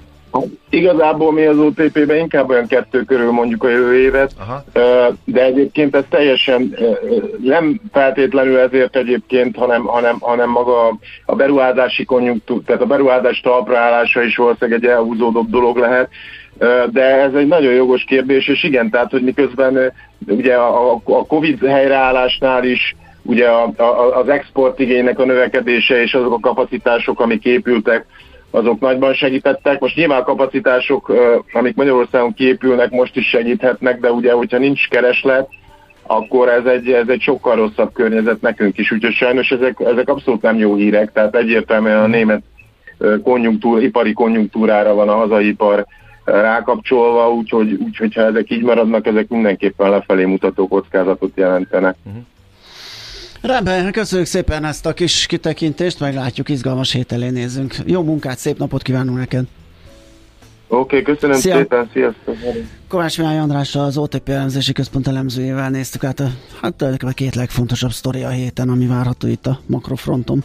Igazából mi az o té pé-ben inkább olyan kettő körül mondjuk a jövő évet, Aha. de egyébként ez teljesen nem feltétlenül ezért egyébként, hanem, hanem, hanem maga a beruházási konjunktúra, tehát a beruházás talpraállása is valószínűleg egy elhúzódott dolog lehet, de ez egy nagyon jogos kérdés, és igen, tehát hogy miközben ugye a, a Covid helyreállásnál is ugye a, a, az exportigénynek a növekedése és azok a kapacitások, amik épültek, azok nagyban segítettek. Most nyilván a kapacitások, amik Magyarországon kiépülnek, most is segíthetnek, de ugye, hogyha nincs kereslet, akkor ez egy, ez egy sokkal rosszabb környezet nekünk is. Úgyhogy sajnos ezek, ezek abszolút nem jó hírek, tehát egyértelműen a német konjunktúra, ipari konjunktúrára van a hazai ipar rákapcsolva, úgyhogy, úgyhogy ha ezek így maradnak, ezek mindenképpen lefelé mutató kockázatot jelentenek. Uh-huh. Rendben, köszönjük szépen ezt a kis kitekintést, meglátjuk, izgalmas hét elé nézzünk. Jó munkát, szép napot kívánunk neked! Oké, okay, köszönöm Szia. szépen, sziasztok! Kovács Mihály Andrással, az o té pé elemzési központ elemzőjével néztük át a, hát a két legfontosabb sztori a héten, ami várható itt a makrofronton.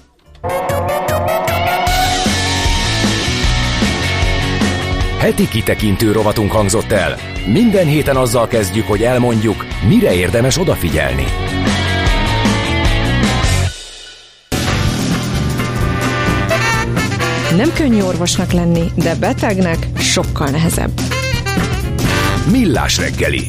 Heti kitekintő rovatunk hangzott el. Minden héten azzal kezdjük, hogy elmondjuk, mire érdemes odafigyelni. Nem könnyű orvosnak lenni, de betegnek sokkal nehezebb. Millás reggeli.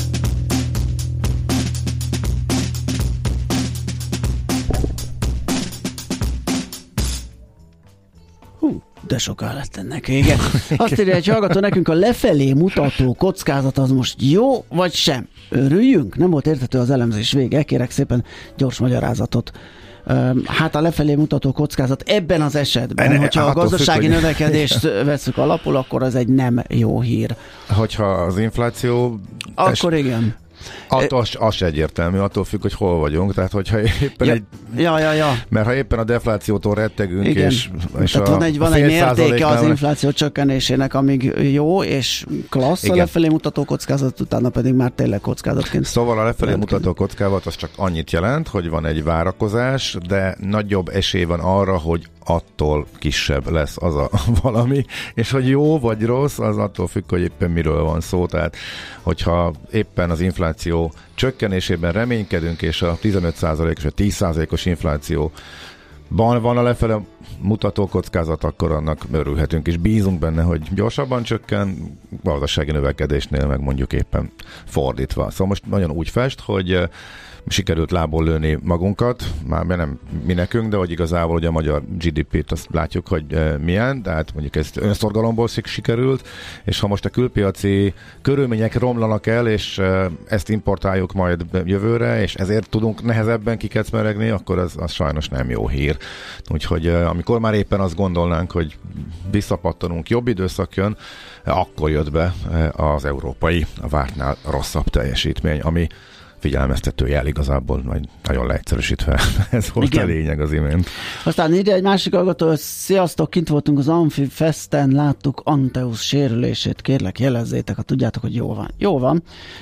Hú, de soká lett ennek vége. Azt írja egy hallgató nekünk, a lefelé mutató kockázat az most jó, vagy sem? Örüljünk? Nem volt érthető az elemzés vége. Kérek szépen gyors magyarázatot. Hát a lefelé mutató kockázat ebben az esetben, Enne, hogyha a gazdasági függ, növekedést hogy... veszük alapul, akkor az egy nem jó hír. Hogyha az infláció... Akkor es... igen. Attól az, az egyértelmű, attól függ, hogy hol vagyunk, tehát hogyha éppen ja, egy... Ja, ja, ja. Mert ha éppen a deflációtól rettegünk, igen. és, és tehát a, van egy, van egy mértéke az infláció csökkenésének, amíg jó és klassz igen. a lefelé mutató kockázat, utána pedig már tényleg kockázatként. Szóval a lefelé mutató kockázat az csak annyit jelent, hogy van egy várakozás, de nagyobb esély van arra, hogy attól kisebb lesz az a valami, és hogy jó vagy rossz, az attól függ, hogy éppen miről van szó. Tehát, hogyha éppen az infláció csökkenésében reménykedünk, és a tizenöt százalékos, a tíz százalékos inflációban van a lefele mutató kockázat, akkor annak örülhetünk, és bízunk benne, hogy gyorsabban csökken, gazdasági növekedésnél meg mondjuk éppen fordítva. Szóval most nagyon úgy fest, hogy sikerült lából lőni magunkat, már nem mi nekünk, de hogy igazából ugye a magyar gé dé pét azt látjuk, hogy e, milyen, tehát mondjuk ezt önszorgalomból sikerült, és ha most a külpiaci körülmények romlanak el, és e, ezt importáljuk majd jövőre, és ezért tudunk nehezebben kikecmeregni, akkor az, az sajnos nem jó hír. Úgyhogy e, amikor már éppen azt gondolnánk, hogy visszapattanunk, jobb időszak jön, akkor jött be az európai, a vártnál rosszabb teljesítmény, ami figyelmeztető jel igazából, majd nagyon leegyszerűsítve. Ez volt igen. a lényeg az imént. Aztán ide egy másik hallgató, hogy sziasztok, kint voltunk az Amfi Festen, láttuk Anteus sérülését, kérlek jelezzétek, ha tudjátok, hogy jó van. Jó van.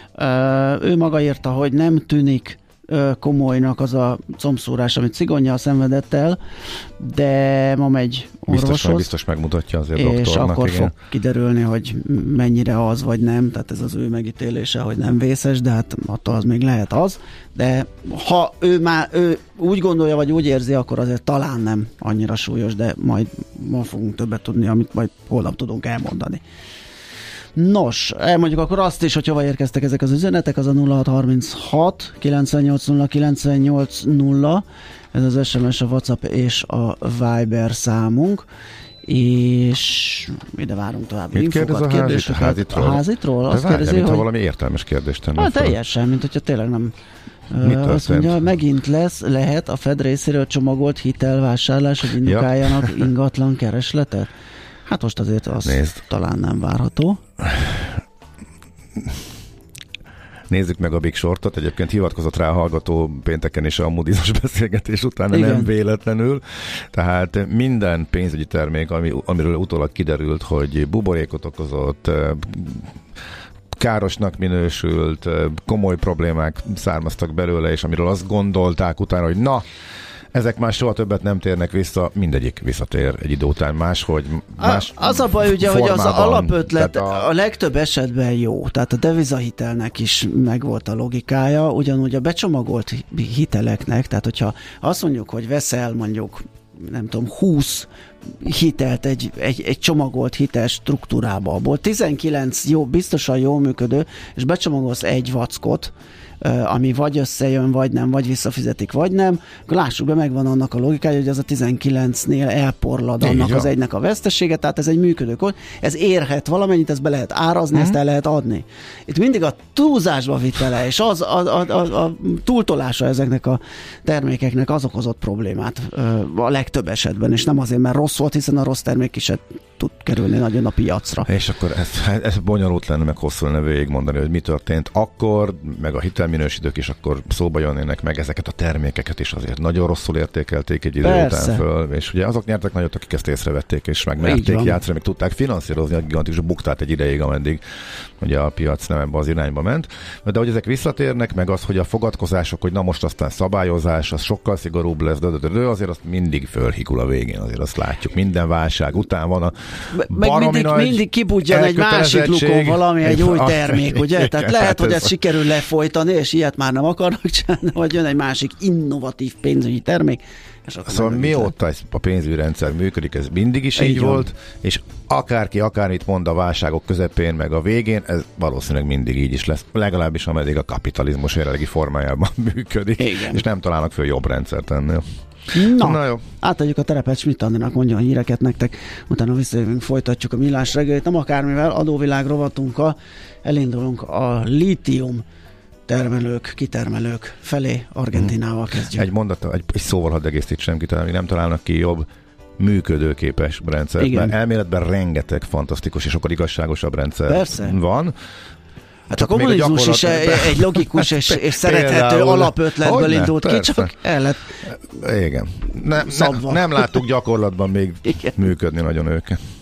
Ö, ő maga írta, hogy nem tűnik komolynak az a combszúrás, amit Cigonnyal szenvedett el, de ma megy orvoshoz. Biztos, biztos megmutatja azért és doktornak. És akkor igen. fog kiderülni, hogy mennyire az, vagy nem. Tehát ez az ő megítélése, hogy nem vészes, de hát attól az még lehet az. De ha ő már ő úgy gondolja, vagy úgy érzi, akkor azért talán nem annyira súlyos, de majd ma fogunk többet tudni, amit majd holnap tudunk elmondani. Nos, elmondjuk akkor azt is, hogy hova érkeztek ezek az üzenetek, az a nulla hat harminchat kilencvennyolc nulla kilencvennyolc nulla, ez az es em es, a WhatsApp és a Viber számunk, és ide várunk további mit infokat, kérdéseket. A házitról? A házitról? Azt várjál, kérdezi, mint hogy... ha valami értelmes kérdést tenni. Hát teljesen, mint hogyha tényleg nem... Mit azt mondja, megint lesz, lehet a Fed részéről csomagolt hitelvásárlás, hogy indukáljanak ja. ingatlan keresletet? Hát most azért az Nézd. talán nem várható. Nézzük meg a Big Shortot, egyébként hivatkozott rá a hallgató pénteken is a Moody's-os beszélgetés után, igen. nem véletlenül. Tehát minden pénzügyi termék, ami, amiről utólag kiderült, hogy buborékot okozott, károsnak minősült, komoly problémák származtak belőle, és amiről azt gondolták utána, hogy na, ezek már soha többet nem térnek vissza, mindegyik visszatér egy idő után máshogy. Más a, az a baj ugye, hogy az alapötlet a... a legtöbb esetben jó. Tehát a devizahitelnek is megvolt a logikája, ugyanúgy a becsomagolt hiteleknek, tehát hogyha azt mondjuk, hogy veszel mondjuk nem tudom, húsz hitelt egy, egy, egy csomagolt hitel struktúrába, abból tizenkilenc jó, biztosan jól működő, és becsomagolsz egy vackot, ami vagy összejön, vagy nem, vagy visszafizetik, vagy nem, lássuk be, megvan annak a logikája, hogy az a tizenkilencnél elporlad annak az egynek a vesztesége, tehát ez egy működő kód, ez érhet valamennyit, ezt be lehet árazni, mm-hmm. ezt el lehet adni. Itt mindig a túlzásba vitele, és az a, a, a, a túltolása ezeknek a termékeknek az okozott problémát a legtöbb esetben, és nem azért, mert rossz volt, hiszen a rossz termék is tud kerülni nagyon a piacra. És akkor ez, ez bonyolult lenne, meg hosszú lenne végigmondani, hogy mi történt akkor, meg a hitelminősítők is akkor szóba jönnének, meg ezeket a termékeket is azért nagyon rosszul értékelték egy idő Persze. után föl, és ugye azok nyertek nagyot, akik ezt észrevették, és megmerték játszani, még tudták finanszírozni a gigantikus buktát egy ideig, ameddig ugye a piac nem ebbe az irányba ment. De hogy ezek visszatérnek, meg az, hogy a fogadkozások, hogy na most aztán szabályozás, az sokkal szigorúbb lesz, de, de, de azért azt mindig fölhigul a végén, azért azt látjuk. Minden válság után van a meg mindig, mindig kibudjan egy másik lukon valami, egy új termék, ugye? Tehát lehet, hogy ezt sikerül lefolytani, és ilyet már nem akarnak csinálni, vagy jön egy másik innovatív pénzügyi termék. Szóval mióta a pénzügyi rendszer működik, ez mindig is így, így volt, és akárki akármit mond a válságok közepén, meg a végén, ez valószínűleg mindig így is lesz, legalábbis ameddig a kapitalizmus jelenlegi formájában működik, igen. És nem találnak föl jobb rendszert ennél. Na, Na jó. átadjuk a terepet Schmidt Andrának, mondja a híreket nektek, utána visszajövünk, folytatjuk a millás reggelit, nem akármivel, adóvilág rovatunkkal, elindulunk a lítium termelők, kitermelők felé, Argentinával kezdjük. Egy mondat, egy, egy szóval hadd egészítsem ki, talán nem találnak ki jobb működőképes rendszer. Igen. Mert elméletben rengeteg fantasztikus és sokkal igazságosabb rendszer Persze. van. Hát a kommunizmus is egy, egy logikus és, és szerethető Például, alapötletből hogyne, indult ki, persze. csak el lett Igen. Ne, ne, nem láttuk gyakorlatban még Igen. működni nagyon őket.